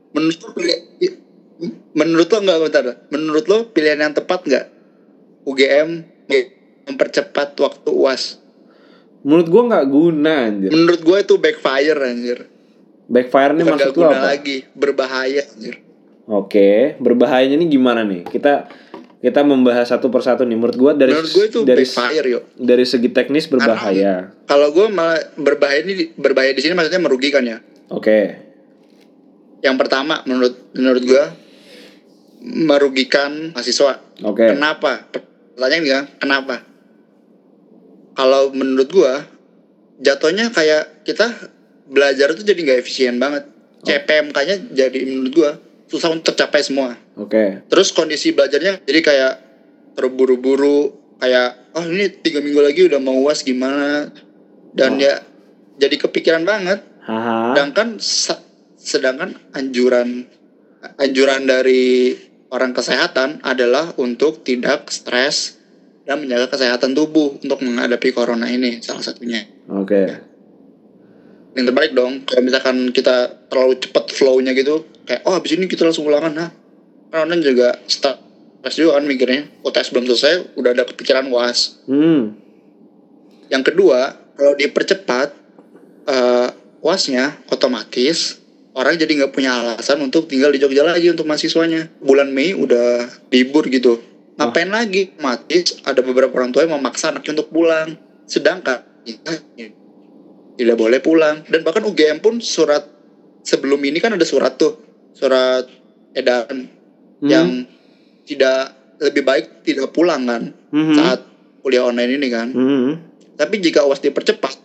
menurut lo nggak, bentar. Menurut lo pilihan yang tepat nggak UGM mempercepat waktu UAS? Menurut gue nggak guna anjir. Menurut gue itu backfire anjir. Backfire nih maksud lo apa? Lagi berbahaya anjir. Oke, berbahayanya nih gimana nih? Kita membahas satu persatu nih. Menurut gue itu backfire yuk. Dari segi teknis berbahaya. Kalau gue malah berbahaya di sini maksudnya merugikan ya. Oke. Yang pertama menurut gue merugikan mahasiswa. Oke. Kenapa? Pertanyaannya kan kenapa? Kalau menurut gue jatuhnya kayak kita belajar tuh jadi nggak efisien banget. CPMK-nya jadi menurut gue susah untuk tercapai semua. Oke. Terus kondisi belajarnya jadi kayak terburu-buru, kayak ini 3 minggu lagi udah mau UAS gimana, dan ya jadi kepikiran banget. Sedangkan anjuran dari orang kesehatan adalah untuk tidak stres dan menjaga kesehatan tubuh untuk menghadapi corona ini salah satunya. Oke. Yang terbaik dong kalau misalkan kita terlalu cepat flow-nya gitu, kayak habis ini kita langsung ulangan. Karena juga stres juga kan mikirnya, UTS belum selesai udah ada kepikiran UAS. Yang kedua, kalau dipercepat UAS-nya, otomatis orang jadi nggak punya alasan untuk tinggal di Jogja lagi untuk mahasiswanya. Bulan Mei udah libur gitu, ngapain lagi? Otomatis ada beberapa orang tua yang memaksa anaknya untuk pulang, sedangkan tidak boleh pulang. Dan bahkan UGM pun surat sebelum ini kan ada surat edaran yang tidak lebih baik tidak pulang kan saat kuliah online ini kan. Tapi jika UAS dipercepat,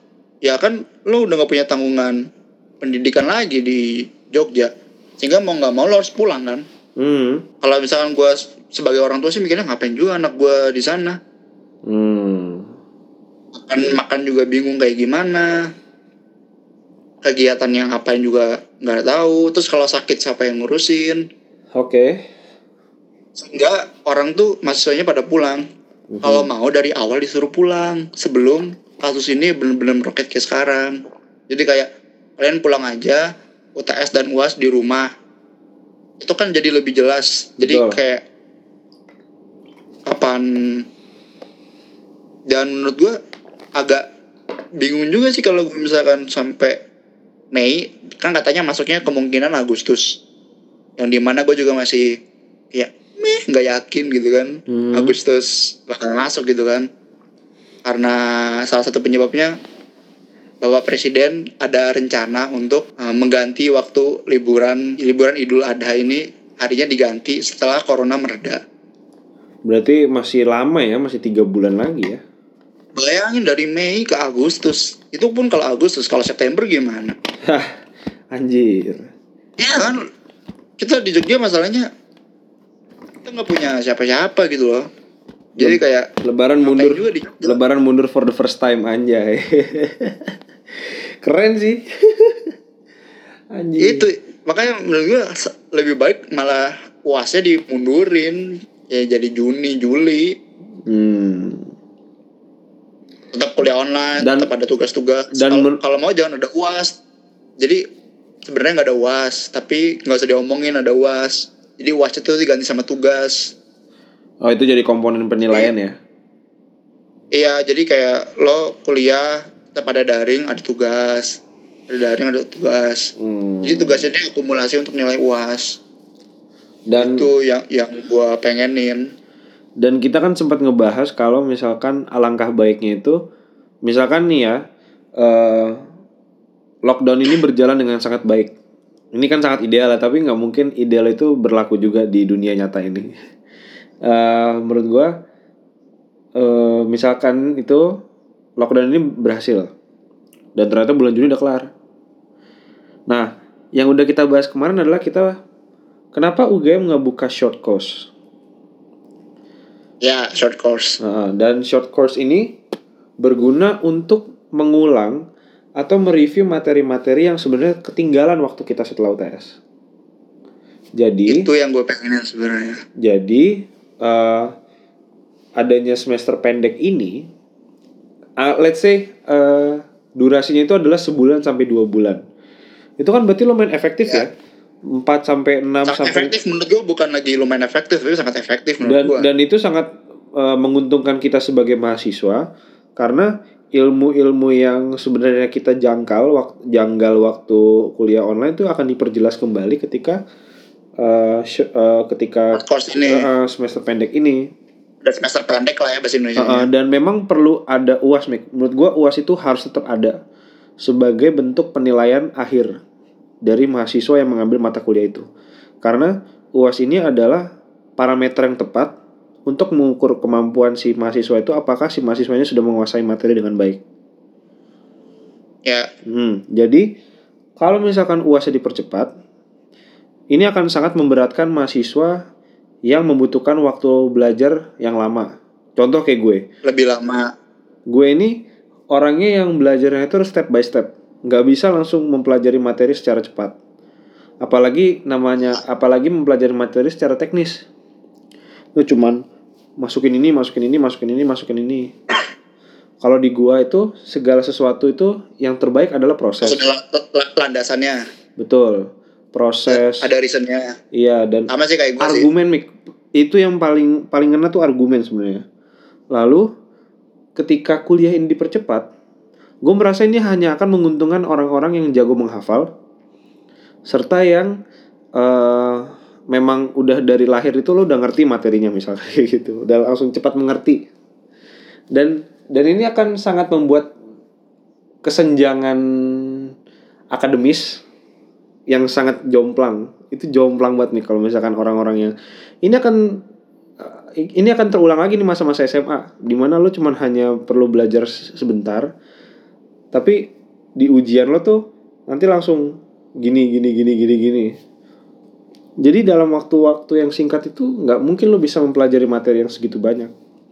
ya kan lo udah gak punya tanggungan pendidikan lagi di Jogja, sehingga mau nggak mau lo harus pulang kan. Kalau misalkan gue sebagai orang tua sih mikirnya ngapain juga anak gue di sana. Makan juga bingung kayak gimana, kegiatan yang ngapain juga nggak tahu. Terus kalau sakit siapa yang ngurusin? Sehingga orang tuh mahasiswanya pada pulang. Kalau mau dari awal disuruh pulang sebelum kasus ini benar-benar meroket kayak sekarang. Jadi kayak kalian pulang aja, UTS dan UAS di rumah. Itu kan jadi lebih jelas. Jadi kayak kapan. Dan menurut gue agak bingung juga sih kalau misalkan sampai Mei, kan katanya masuknya kemungkinan Agustus. Yang dimana gue juga masih kayak nggak yakin gitu kan. Agustus bakal masuk gitu kan. Karena salah satu penyebabnya Bapak Presiden ada rencana untuk mengganti waktu liburan Idul Adha ini, harinya diganti setelah corona mereda. Berarti masih lama ya, masih 3 bulan lagi ya. Bayangin dari Mei ke Agustus. Itu pun kalau Agustus, kalau September gimana? Anjir. Ya kan, kita di Jogja masalahnya kita nggak punya siapa-siapa gitu loh. Jadi kayak Lebaran mundur for the first time, anjay. Keren sih. Anjir. Itu makanya menurut gue lebih baik malah UASnya dimundurin, ya jadi Juni, Juli. Tetap kuliah online, tetap ada tugas-tugas. Kalau mau jangan ada UAS. Jadi sebenarnya nggak ada UAS, tapi nggak usah diomongin ada UAS. Jadi UAS itu diganti sama tugas. Oh, itu jadi komponen penilaian ya? Iya, jadi kayak lo kuliah tetap ada daring, ada tugas. Ada daring, ada tugas. Jadi tugasnya ini akumulasi untuk nilai UAS. Dan itu yang gue pengenin. Dan kita kan sempat ngebahas kalau misalkan alangkah baiknya itu, misalkan nih ya, lockdown ini berjalan dengan sangat baik. Ini kan sangat ideal lah, tapi nggak mungkin ideal itu berlaku juga di dunia nyata ini. Menurut gue, misalkan itu lockdown ini berhasil dan ternyata bulan Juni udah kelar. Nah, yang udah kita bahas kemarin adalah kenapa UGM nggak buka short course? Ya, short course. Dan short course ini berguna untuk mengulang atau mereview materi-materi yang sebenarnya ketinggalan waktu kita setelah UTS. Jadi itu yang gue pengenin sebenarnya. Jadi adanya semester pendek ini, let's say durasinya itu adalah sebulan sampai 2 bulan. Itu kan berarti lumayan efektif ya. 4 sampai 6 sangat sampai efektif menurut gue, bukan lagi lumayan efektif, tapi sangat efektif menurut gue. Dan itu sangat menguntungkan kita sebagai mahasiswa karena ilmu-ilmu yang sebenarnya kita janggal waktu kuliah online itu akan diperjelas kembali ketika semester pendek ini. Dan semester pendek lah ya bahasa Indonesia. Dan memang perlu ada UAS, Mik. Menurut gua UAS itu harus tetap ada sebagai bentuk penilaian akhir dari mahasiswa yang mengambil mata kuliah itu. Karena UAS ini adalah parameter yang tepat untuk mengukur kemampuan si mahasiswa itu, apakah si mahasiswanya sudah menguasai materi dengan baik. Ya. Jadi kalau misalkan UAS-nya dipercepat, ini akan sangat memberatkan mahasiswa yang membutuhkan waktu belajar yang lama. Contoh kayak gue. Lebih lama. Gue ini orangnya yang belajarnya itu step by step. Nggak bisa langsung mempelajari materi secara cepat. Apalagi mempelajari materi secara teknis. Itu cuman masukin ini. Kalau di gua itu segala sesuatu itu yang terbaik adalah proses. Landasannya. Betul. Proses. Ada reasonnya. Iya, dan sama sih kayak gua argumen, Mik. Itu yang paling ngena tuh argumen sebenarnya. Lalu ketika kuliah ini dipercepat, gue merasa ini hanya akan menguntungkan orang-orang yang jago menghafal, serta yang memang udah dari lahir itu lo udah ngerti materinya misalnya gitu, udah langsung cepat mengerti. Dan ini akan sangat membuat kesenjangan akademis yang sangat jomplang. Itu jomplang banget nih kalau misalkan orang-orang yang ini akan terulang lagi nih masa-masa SMA, di mana lo cuman hanya perlu belajar sebentar, Tapi di ujian lo tuh nanti langsung gini. Jadi dalam waktu-waktu yang singkat itu nggak mungkin lo bisa mempelajari materi yang segitu banyak.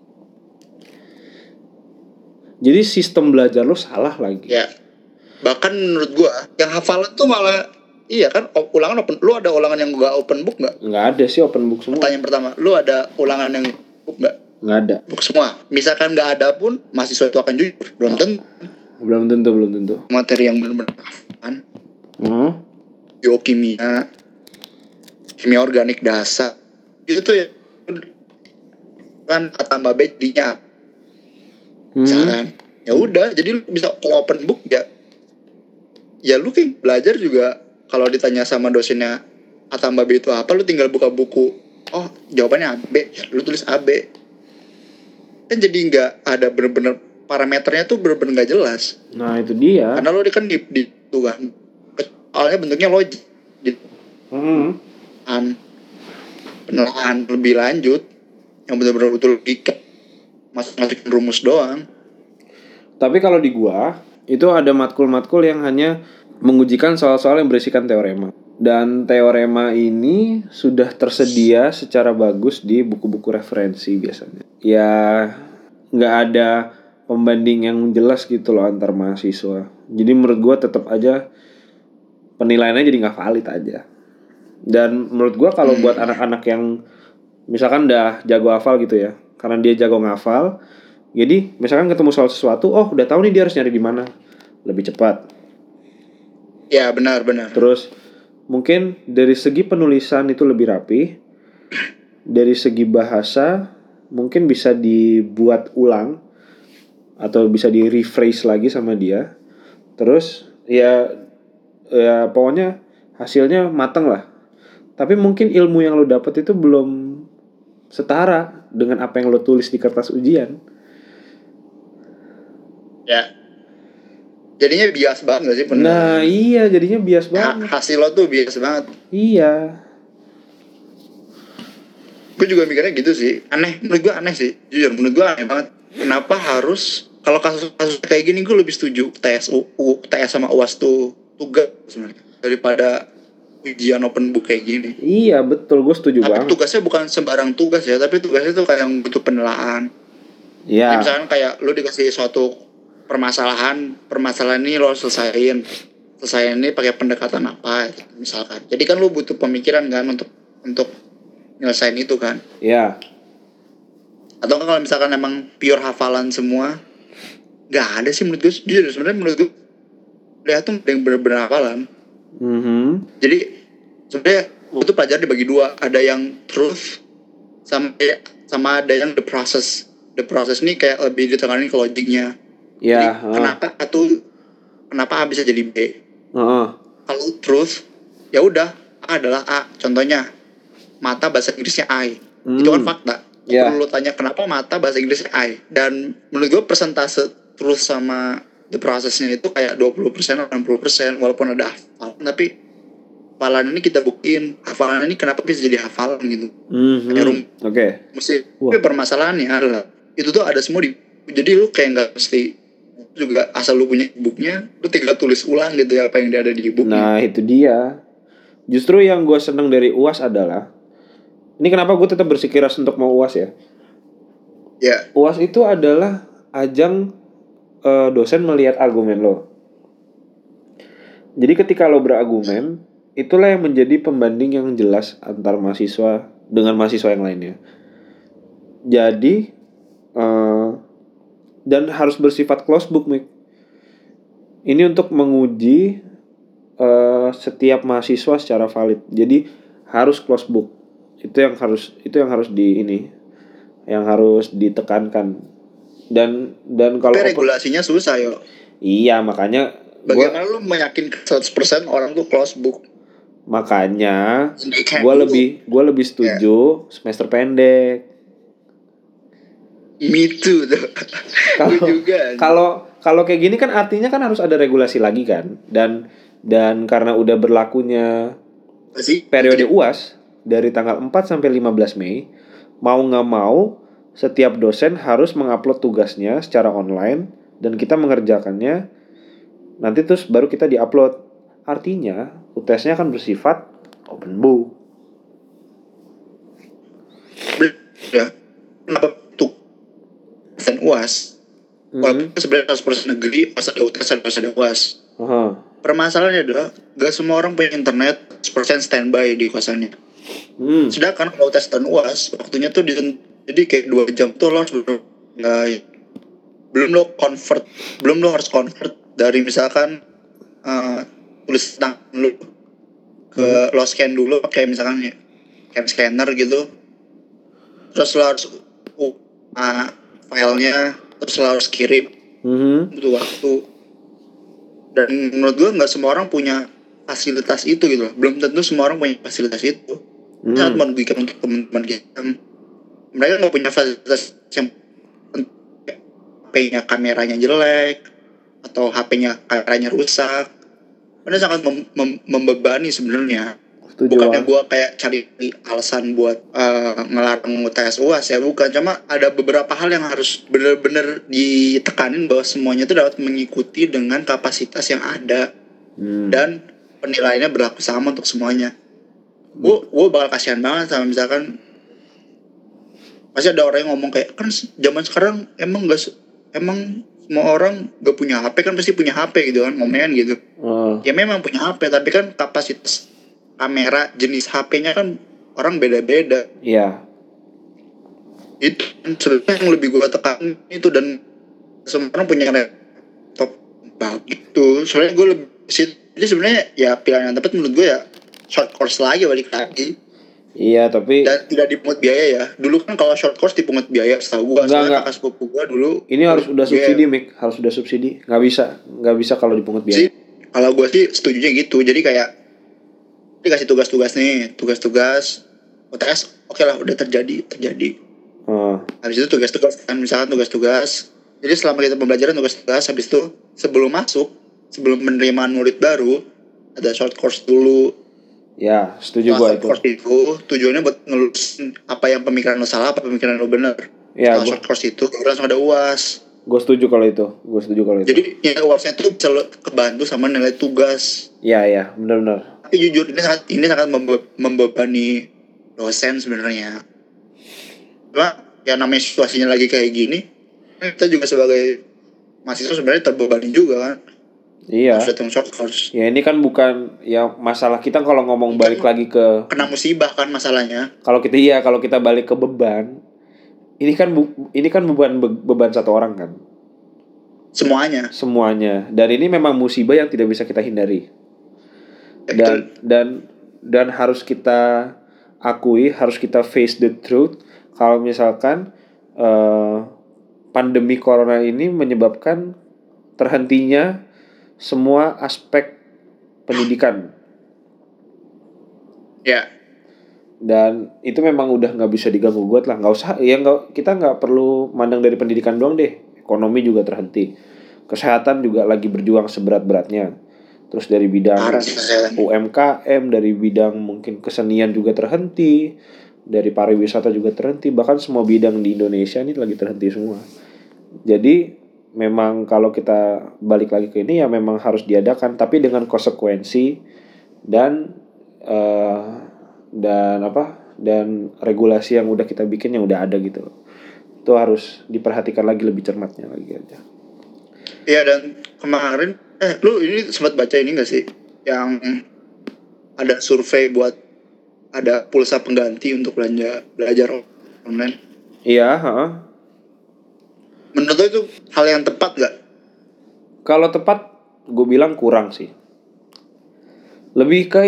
Jadi sistem belajar lo salah lagi. Ya. Bahkan menurut gua yang hafalan tuh malah iya kan ulangan open. Lu ada ulangan yang gak open book nggak? Nggak ada sih open book semua. Pertanyaan pertama, lu ada ulangan yang book nggak? Nggak ada. Book semua. Misalkan nggak ada pun mahasiswa itu akan jujur. Belum tentu. Materi yang benar-benar hafalan. Biokimia, kimia organik dasar. Itu tuh ya kan A tambah B jadinya misalkan. Ya udah, jadi lu bisa kalau open book ya lu kan belajar juga kalau ditanya sama dosennya A tambah B itu apa, lu tinggal buka buku. Oh, jawabannya AB, ya lu tulis AB. Kan jadi nggak ada bener-bener parameternya tuh bener-bener nggak jelas. Nah itu dia. Karena lo kan di itu kan, awalnya bentuknya logik, penelaahan lebih lanjut yang benar-benar betul logika, masukin rumus doang. Tapi kalau di gua itu ada matkul-matkul yang hanya mengujikan soal-soal yang berisikan teorema. Dan teorema ini sudah tersedia secara bagus di buku-buku referensi biasanya. Ya nggak ada pembanding yang jelas gitu loh antar mahasiswa. Jadi menurut gue tetap aja penilaiannya jadi nggak valid aja. Dan menurut gue kalau buat anak-anak yang misalkan udah jago hafal gitu ya, karena dia jago ngafal, jadi misalkan ketemu soal sesuatu, oh udah tahu nih dia harus nyari di mana, lebih cepat. Ya benar. Terus mungkin dari segi penulisan itu lebih rapi, dari segi bahasa mungkin bisa dibuat ulang atau bisa di rephrase lagi sama dia. Terus ya pokoknya hasilnya mateng lah. Tapi mungkin ilmu yang lo dapet itu belum setara dengan apa yang lo tulis di kertas ujian. Ya. Jadinya bias banget gak sih? Nah iya, jadinya bias banget. Hasil lo tuh bias banget. Iya. Gue juga mikirnya gitu sih. Menurut gue aneh sih. Jujur, menurut gue aneh banget. Kenapa harus, kalau kasus kayak gini gue lebih setuju TS sama UAS tuh tugas sebenarnya daripada ujian open book kayak gini. Iya betul, gue setuju banget. Tapi tugasnya bukan sembarang tugas ya, tapi tugasnya tuh kayak yang butuh penelaahan. Iya. Misalkan kayak lo dikasih suatu permasalahan ini lo selesaiin ini pakai pendekatan apa misalkan. Jadi kan lo butuh pemikiran kan untuk nyelesain itu kan. Iya. Atau kalau misalkan emang pure hafalan semua, nggak ada sih menurut gue. Jujur sebenarnya menurut gue lihat tuh yang benar-benar hafalan. Jadi sebenarnya itu pelajaran dibagi dua, ada yang truth sama ada yang the process. The process ini kayak lebih ditekanin ke logiknya. Ya. Kenapa A bisa jadi B? Kalau truth, ya udah A adalah A. Contohnya mata bahasa Inggrisnya I. Itu kan fakta. Perlu lo tanya kenapa mata bahasa Inggrisnya I. Dan menurut gue persentase truth sama the process-nya itu kayak 20%, 80%, walaupun ada hafalan, tapi hafalan ini kita buktiin hafalan ini kenapa bisa jadi hafalan gitu. Oke. Tapi permasalahannya adalah itu tuh ada semua jadi lu kayak nggak mesti juga asal lu punya e-booknya, lu tinggal tulis ulang gitu ya apa yang ada di e-booknya. Nah itu dia. Justru yang gue seneng dari UAS adalah, ini kenapa gue tetap bersikeras untuk mau UAS ya. UAS itu adalah ajang dosen melihat argumen lo. Jadi ketika lo berargumen, itulah yang menjadi pembanding yang jelas antar mahasiswa dengan mahasiswa yang lainnya. Jadi dan harus bersifat closed book, Mik. Ini untuk menguji setiap mahasiswa secara valid. Jadi harus closed book. Itu yang harus ditekankan. Dan kalau regulasinya susah yo. Iya, makanya bagaimana lu meyakinkan 100% orang tuh closed book? Makanya gue lebih setuju semester pendek. Me too tuh. Kalau kayak gini kan artinya kan harus ada regulasi lagi kan. Dan karena udah berlakunya periode UAS dari tanggal 4 sampai 15 Mei, mau nggak mau setiap dosen harus mengupload tugasnya secara online dan kita mengerjakannya nanti terus baru kita diupload. Artinya UTS-nya akan bersifat open book. Ya, kenapa tuh dan UAS? Walaupun sebenarnya 100% negeri, pas ada UTS pas ada UAS. Permasalahannya adalah gak semua orang punya internet 100% standby di kosannya. Sedangkan kalau UTS dan UAS waktunya tuh jadi kayak 2 jam tuh lo harus belum lo harus convert dari misalkan tulis tangan lo ke lo scan dulu pakai misalkan scanner gitu, terus lo harus filenya, terus lo harus kirim, butuh waktu. Dan menurut gue nggak semua orang punya fasilitas itu gitu loh. Belum tentu semua orang punya fasilitas itu. Sangat merugikan untuk teman-teman kita. Mereka nggak punya fasilitas yang HP-nya kameranya jelek atau HP-nya kameranya rusak. Karena sangat membebani sebenarnya. Bukannya gue kayak cari alasan buat ngelarang UTS UAS ya, bukan. Cuma ada beberapa hal yang harus benar-benar ditekanin bahwa semuanya itu dapat mengikuti dengan kapasitas yang ada dan penilaiannya berlaku sama untuk semuanya. Gue bakal kasihan banget sama misalkan masih ada orang yang ngomong kayak kan zaman sekarang emang semua orang gak punya HP, kan pasti punya HP gitu kan, ngomongin gitu. Ya memang punya HP, tapi kan kapasitas kamera jenis HP-nya kan orang beda-beda. Iya. Itu sebenarnya yang lebih gue tekan itu, dan semua orang punya laptop gitu. Soalnya gue lebih jadi sebenarnya ya pilihan yang tepat menurut gue ya short course balik lagi. Iya, tapi dan tidak dipungut biaya ya. Dulu kan kalau short course dipungut biaya setahu gue. Soalnya kakak sepupu gue dulu. Ini harus udah subsidi, Mik. Harus udah subsidi. Nggak bisa kalau dipungut biaya. Kalau gue sih setujunya gitu. Jadi kayak dikasih tugas-tugas nih, tugas-tugas UTS, oke lah udah terjadi. Habis itu tugas-tugas kan, misalkan tugas-tugas. Jadi selama kita pembelajaran tugas-tugas, habis itu sebelum penerimaan murid baru ada short course dulu. Ya, setuju gue itu. Short course itu tujuannya buat ngelurusin apa yang pemikiran lo salah, apa pemikiran lo benar. Ya, short course itu langsung ada UAS. Gue setuju kalau itu. Jadi ya UASnya itu bisa kebantu sama nilai tugas. Iya, benar-benar. Tapi jujur ini sangat membebani dosen sebenarnya. Cuma ya namanya situasinya lagi kayak gini, kita juga sebagai mahasiswa sebenarnya terbebani juga kan. Iya. Harus datang short course. Ya ini kan bukan ya masalah kita kalau ngomong balik lagi ke kena musibah kan masalahnya. Kalau kita balik ke beban, ini kan beban satu orang kan. Semuanya. Dan ini memang musibah yang tidak bisa kita hindari. Dan harus kita akui, harus kita face the truth. Kalau misalkan pandemi corona ini menyebabkan terhentinya semua aspek pendidikan. Ya. Dan itu memang udah nggak bisa diganggu gugat lah. Kita nggak perlu mandang dari pendidikan doang deh. Ekonomi juga terhenti. Kesehatan juga lagi berjuang seberat-beratnya. Terus dari bidang UMKM, dari bidang mungkin kesenian juga terhenti, dari pariwisata juga terhenti. Bahkan semua bidang di Indonesia ini lagi terhenti semua. Jadi memang kalau kita balik lagi ke ini ya memang harus diadakan, tapi dengan konsekuensi dan regulasi yang udah kita bikin yang udah ada gitu. Itu harus diperhatikan lagi lebih cermatnya lagi aja. Iya, dan kemarin lu ini sempat baca ini nggak sih yang ada survei buat ada pulsa pengganti untuk belajar online? Iya, Menurut lo itu hal yang tepat gak? Kalau tepat, gue bilang kurang sih. Lebih ke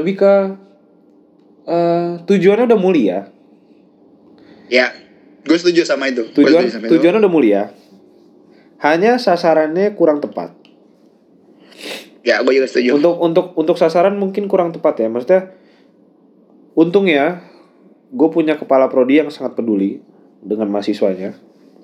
tujuannya udah mulia. Ya, gue setuju sama itu. Tujuannya udah mulia. Hanya sasarannya kurang tepat. Ya, gue juga setuju. Untuk sasaran mungkin kurang tepat ya. Maksudnya, untungnya gue punya kepala prodi yang sangat peduli dengan mahasiswanya.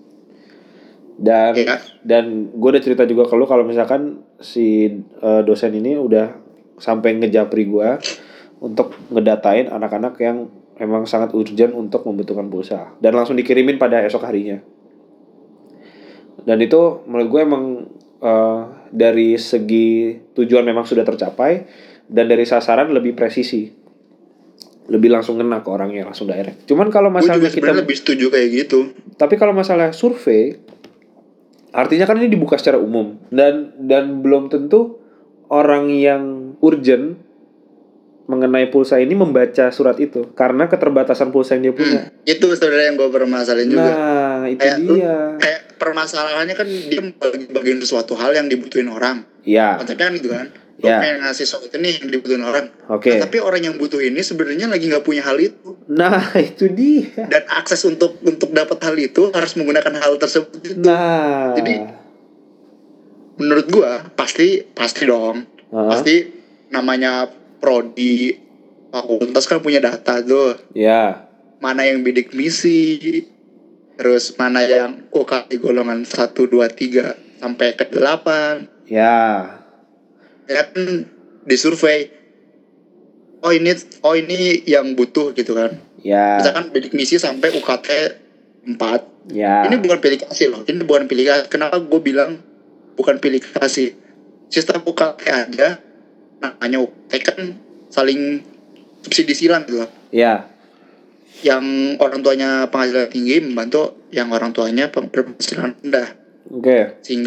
Dan gue udah cerita juga ke lu kalau misalkan si dosen ini udah sampai ngejapri gue untuk ngedatain anak-anak yang memang sangat urgent untuk membutuhkan pulsa, dan langsung dikirimin pada esok harinya. Dan itu menurut gue emang dari segi tujuan memang sudah tercapai, dan dari sasaran lebih presisi, lebih langsung kena ke orangnya, langsung direct. Cuman kalau masalahnya kita lebih setuju kayak gitu. Tapi kalau masalah survei, artinya kan ini dibuka secara umum, dan belum tentu orang yang urgent mengenai pulsa ini membaca surat itu karena keterbatasan pulsa yang dia punya. Itu sebenarnya yang gue permasalahin juga. Nah, itu kayak dia. Kayak permasalahannya kan dia bagian sesuatu hal yang dibutuhin orang. Iya. Konsepnya kan gitu kan. Lo pengen ngasih sesuatu nih yang dibutuhin orang. Oke. Nah, tapi orang yang butuh ini sebenarnya lagi nggak punya hal itu. Nah, itu dia. Dan akses untuk dapat hal itu harus menggunakan hal tersebut itu. Nah. Jadi menurut gue pasti dong. Pasti namanya prodi fakultas kan punya data tuh. Ya. Mana yang bidik misi, terus mana yang UKT golongan 1, 2, 3 sampai ke 8. Ya. Ya kan disurvei. Oh ini yang butuh gitu kan. Ya. Misalkan bidik misi sampai UKT 4. Ya. Ini bukan pilih kasih loh. Ini bukan pilih kasih. Kenapa gue bilang bukan pilih kasih? Sistem UKT aja namanya UKT kan saling subsidi silang gitu loh. Ya. Yang orang tuanya penghasilan tinggi membantu yang orang tuanya penghasilan rendah. Oke. Sehingga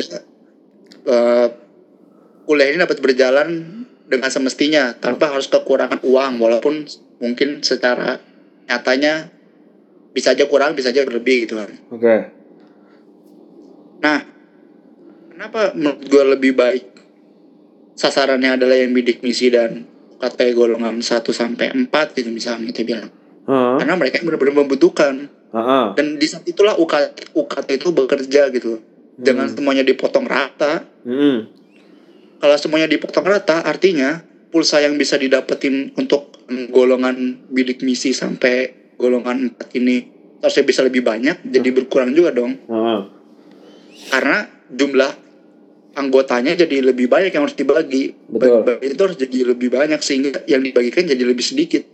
kuliah ini dapat berjalan dengan semestinya tanpa harus kekurangan uang, walaupun mungkin secara nyatanya bisa aja kurang, bisa aja berlebih gitu kan. Oke. Nah, kenapa menurut gue lebih baik sasarannya adalah yang bidik misi dan UKT golongan 1 sampai 4 gitu misalnya kita bilang. Karena mereka benar-benar membutuhkan. Dan di saat itulah UKT itu bekerja gitu. Jangan semuanya dipotong rata. Kalau semuanya dipotong rata, artinya pulsa yang bisa didapetin untuk golongan bidik misi sampai golongan 4 ini harusnya bisa lebih banyak, jadi berkurang juga dong. Karena jumlah anggotanya jadi lebih banyak yang harus dibagi. Betul. Itu harus jadi lebih banyak sehingga yang dibagikan jadi lebih sedikit.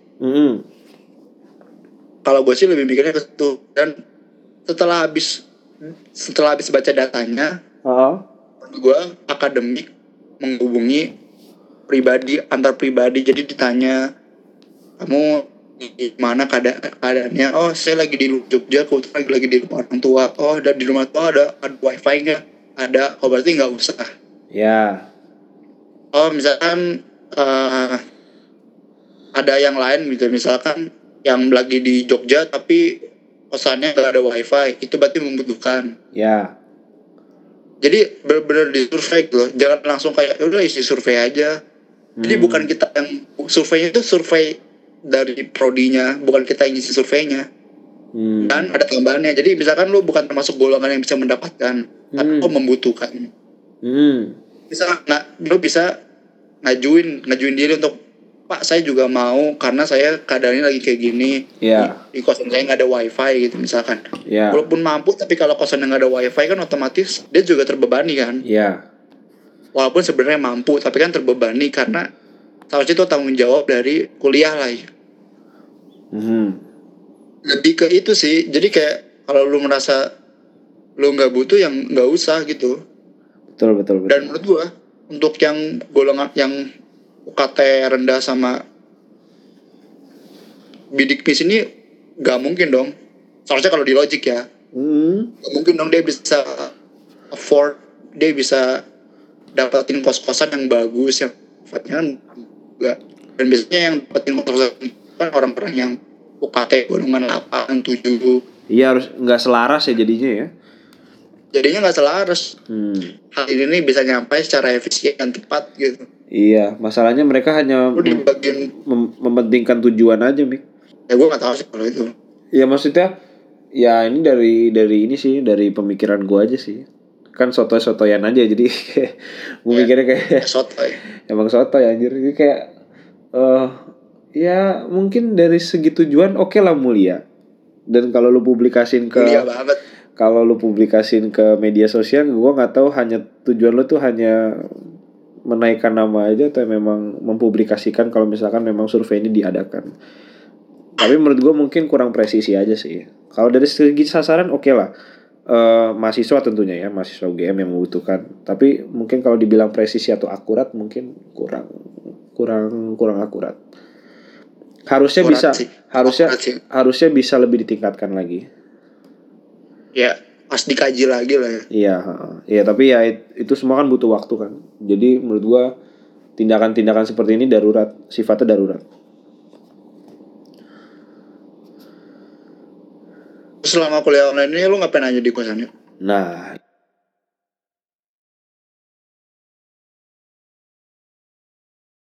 Kalau gue sih lebih mikirnya ke situ. Dan setelah habis baca datanya, gue akademik menghubungi antar pribadi. Jadi ditanya, kamu gimana keadaannya? Oh, saya lagi di Jogja, kebetulan lagi di rumah orang tua. Oh, dan di rumah tua ada wifi nggak? Ada. Oh, berarti nggak usah. Ya. Oh, misalkan ada yang lain gitu, misalkan yang lagi di Jogja tapi kosannya nggak ada wifi, itu berarti membutuhkan. Ya. Jadi benar-benar disurvei gitu loh. Jangan langsung kayak udah isi survei aja. Jadi bukan kita yang surveinya, itu survei dari prodinya, bukan kita yang isi surveinya. Dan ada tambahannya. Jadi misalkan lu bukan termasuk golongan yang bisa mendapatkan, tapi lu membutuhkan. Lu bisa ngajuin diri untuk, Pak, saya juga mau karena saya keadaannya lagi kayak gini. Di kosan saya nggak ada wifi gitu misalkan. Walaupun mampu, tapi kalau kosan nggak ada wifi kan otomatis dia juga terbebani kan. Walaupun sebenarnya mampu, tapi kan terbebani karena seharusnya itu tanggung jawab dari kuliah lah ya. Lebih ke itu sih. Jadi kayak kalau lu merasa lu nggak butuh, yang nggak usah gitu. Betul. Dan menurut gua untuk yang golongan yang UKT rendah sama bidik misi ini gak mungkin dong. Seharusnya kalau di logik ya, gak mungkin dong dia bisa afford, dia bisa dapetin kos-kosan yang bagus, yang sifatnya enggak. Dan biasanya yang dapetin kos-kosan kan orang-orang yang UKT golongan 8, 7. Iya, harus nggak selaras ya jadinya ya. Jadinya nggak selaras. Hal ini bisa nyampe secara efisien dan tepat gitu. Iya, masalahnya mereka hanya mementingkan tujuan aja, Mik. Ya gue nggak tahu sih kalau itu. Ya maksudnya, ya ini dari ini sih, dari pemikiran gue aja sih. Kan sotoy-sotoyan aja, jadi gue mikirnya kayak sotoy. Emang sotoy anjir. Jadi kayak ya mungkin dari segi tujuan oke lah mulia. Dan kalau lu publikasin ke mulia banget. Kalau lu publikasin ke media sosial, gue nggak tahu hanya tujuan lu tuh hanya menaikkan nama aja atau memang mempublikasikan kalau misalkan memang survei ini diadakan. Tapi menurut gue mungkin kurang presisi aja sih. Kalau dari segi sasaran oke lah. mahasiswa tentunya ya, mahasiswa UGM yang membutuhkan. Tapi mungkin kalau dibilang presisi atau akurat mungkin kurang akurat. Harusnya Akurat bisa sih. harusnya Akurat sih. harusnya bisa lebih ditingkatkan lagi. Ya, pas dikaji lagi lah ya. Iya, tapi ya itu semua kan butuh waktu kan. Jadi menurut gua tindakan-tindakan seperti ini darurat, sifatnya darurat. Selama kuliah online ini lu ngapain aja di kosannya? Nah,